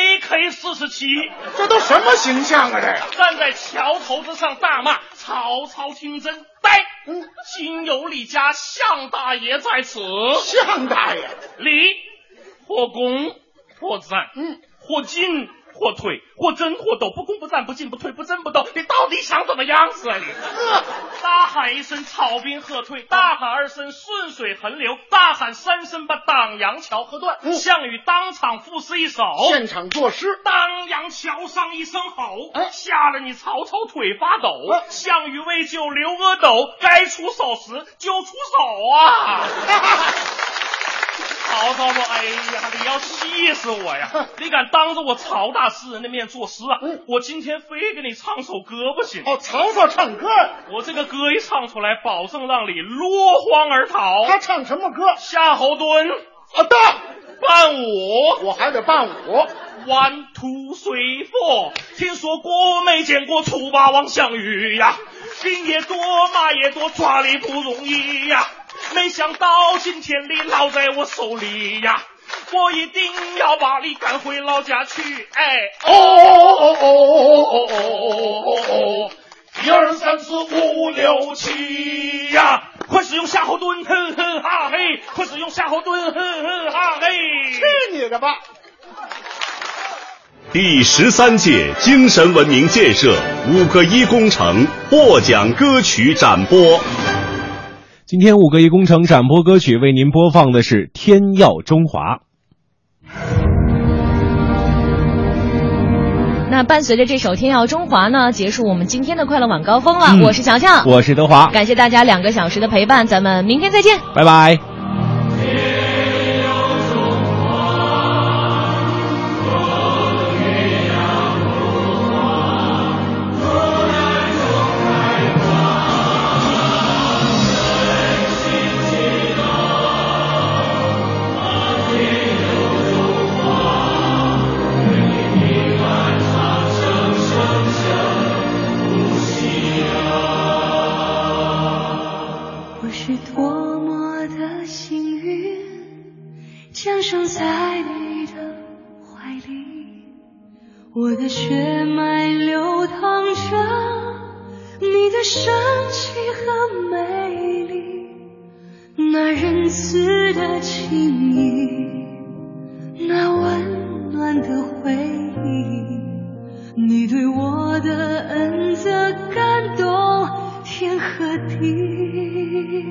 AK-47， 这都什么形象啊？这个站在桥头之上大骂：“曹操听真呆！今有李家项大爷在此。” 项大爷， 李或攻或战，或进或退，或争或斗，不攻不战，不进不退，不争不斗，你到底想怎么样子啊你？大喊一声，曹兵喝退；大喊2声，顺水横流；大喊3声，把党阳桥喝断。项羽当场赋诗一首， 现场作诗。 当阳桥上一声吼，吓了你曹操腿发抖。项羽为救刘阿斗，该出手时就出手啊！好曹操，哎呀，你要气死我呀！你敢当着我曹大诗人的面作诗啊？我今天非给你唱首歌不行。 曹操唱歌， 我这个歌一唱出来，保证让你落荒而逃。 他唱什么歌？ 夏侯惇。伴我还得伴我。 One two three four， 听说过没见过楚霸王项羽呀？兵也多，马也多，抓你不容易呀！没想到今天你落在我手里呀！我一定要把你赶回老家去！哎，1、2、3、4、5、6、7呀！快使用夏侯惇，哼哼哈嘿！快使用夏侯惇，哼哼哈嘿！ 去你的吧！ 第13届精神文明建设5个1工程获奖歌曲展播。 今天5个1工程展播歌曲为您播放的是《天耀中华》。 那伴随着这首《天耀中华》呢，结束我们今天的快乐晚高峰了。我是乔乔， 我是德华， 感谢大家2个小时的陪伴，咱们明天再见， 拜拜。 降生在你的怀里，我的血脉流淌着你的神奇和美丽，那仁慈的情谊，那温暖的回忆，你对我的恩泽感动天和地，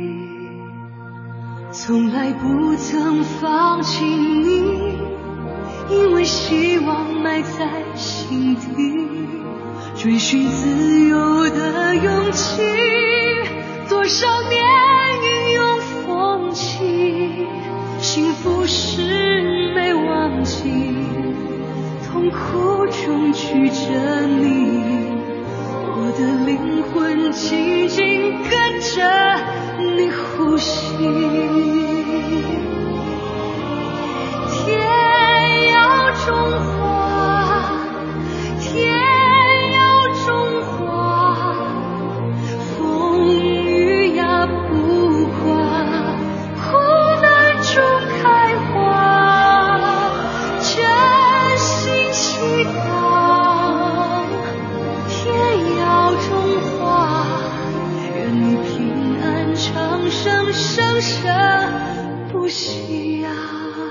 从来不曾放弃你，因为希望埋在心底，追寻自由的勇气，多少年英勇风起，幸福是没忘记，痛苦中举着你，我的灵魂紧紧跟着你呼吸。天耀中华，天耀中华，风雨呀不挂，苦难中开花，真心祈祷天耀中华，愿你平安长生，生生不息呀。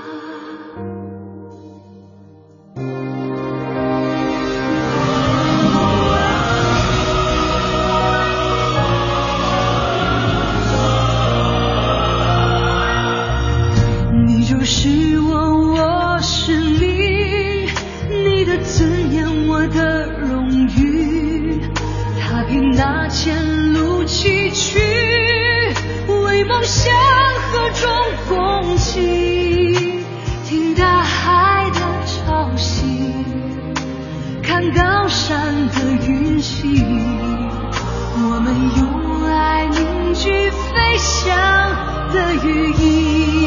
你就是我，我是你，你的尊严，我的荣誉，踏遍那前路崎岖，为梦想和中共济，听大海的潮汐，看高山的云起，我们用爱凝聚飞翔的羽翼。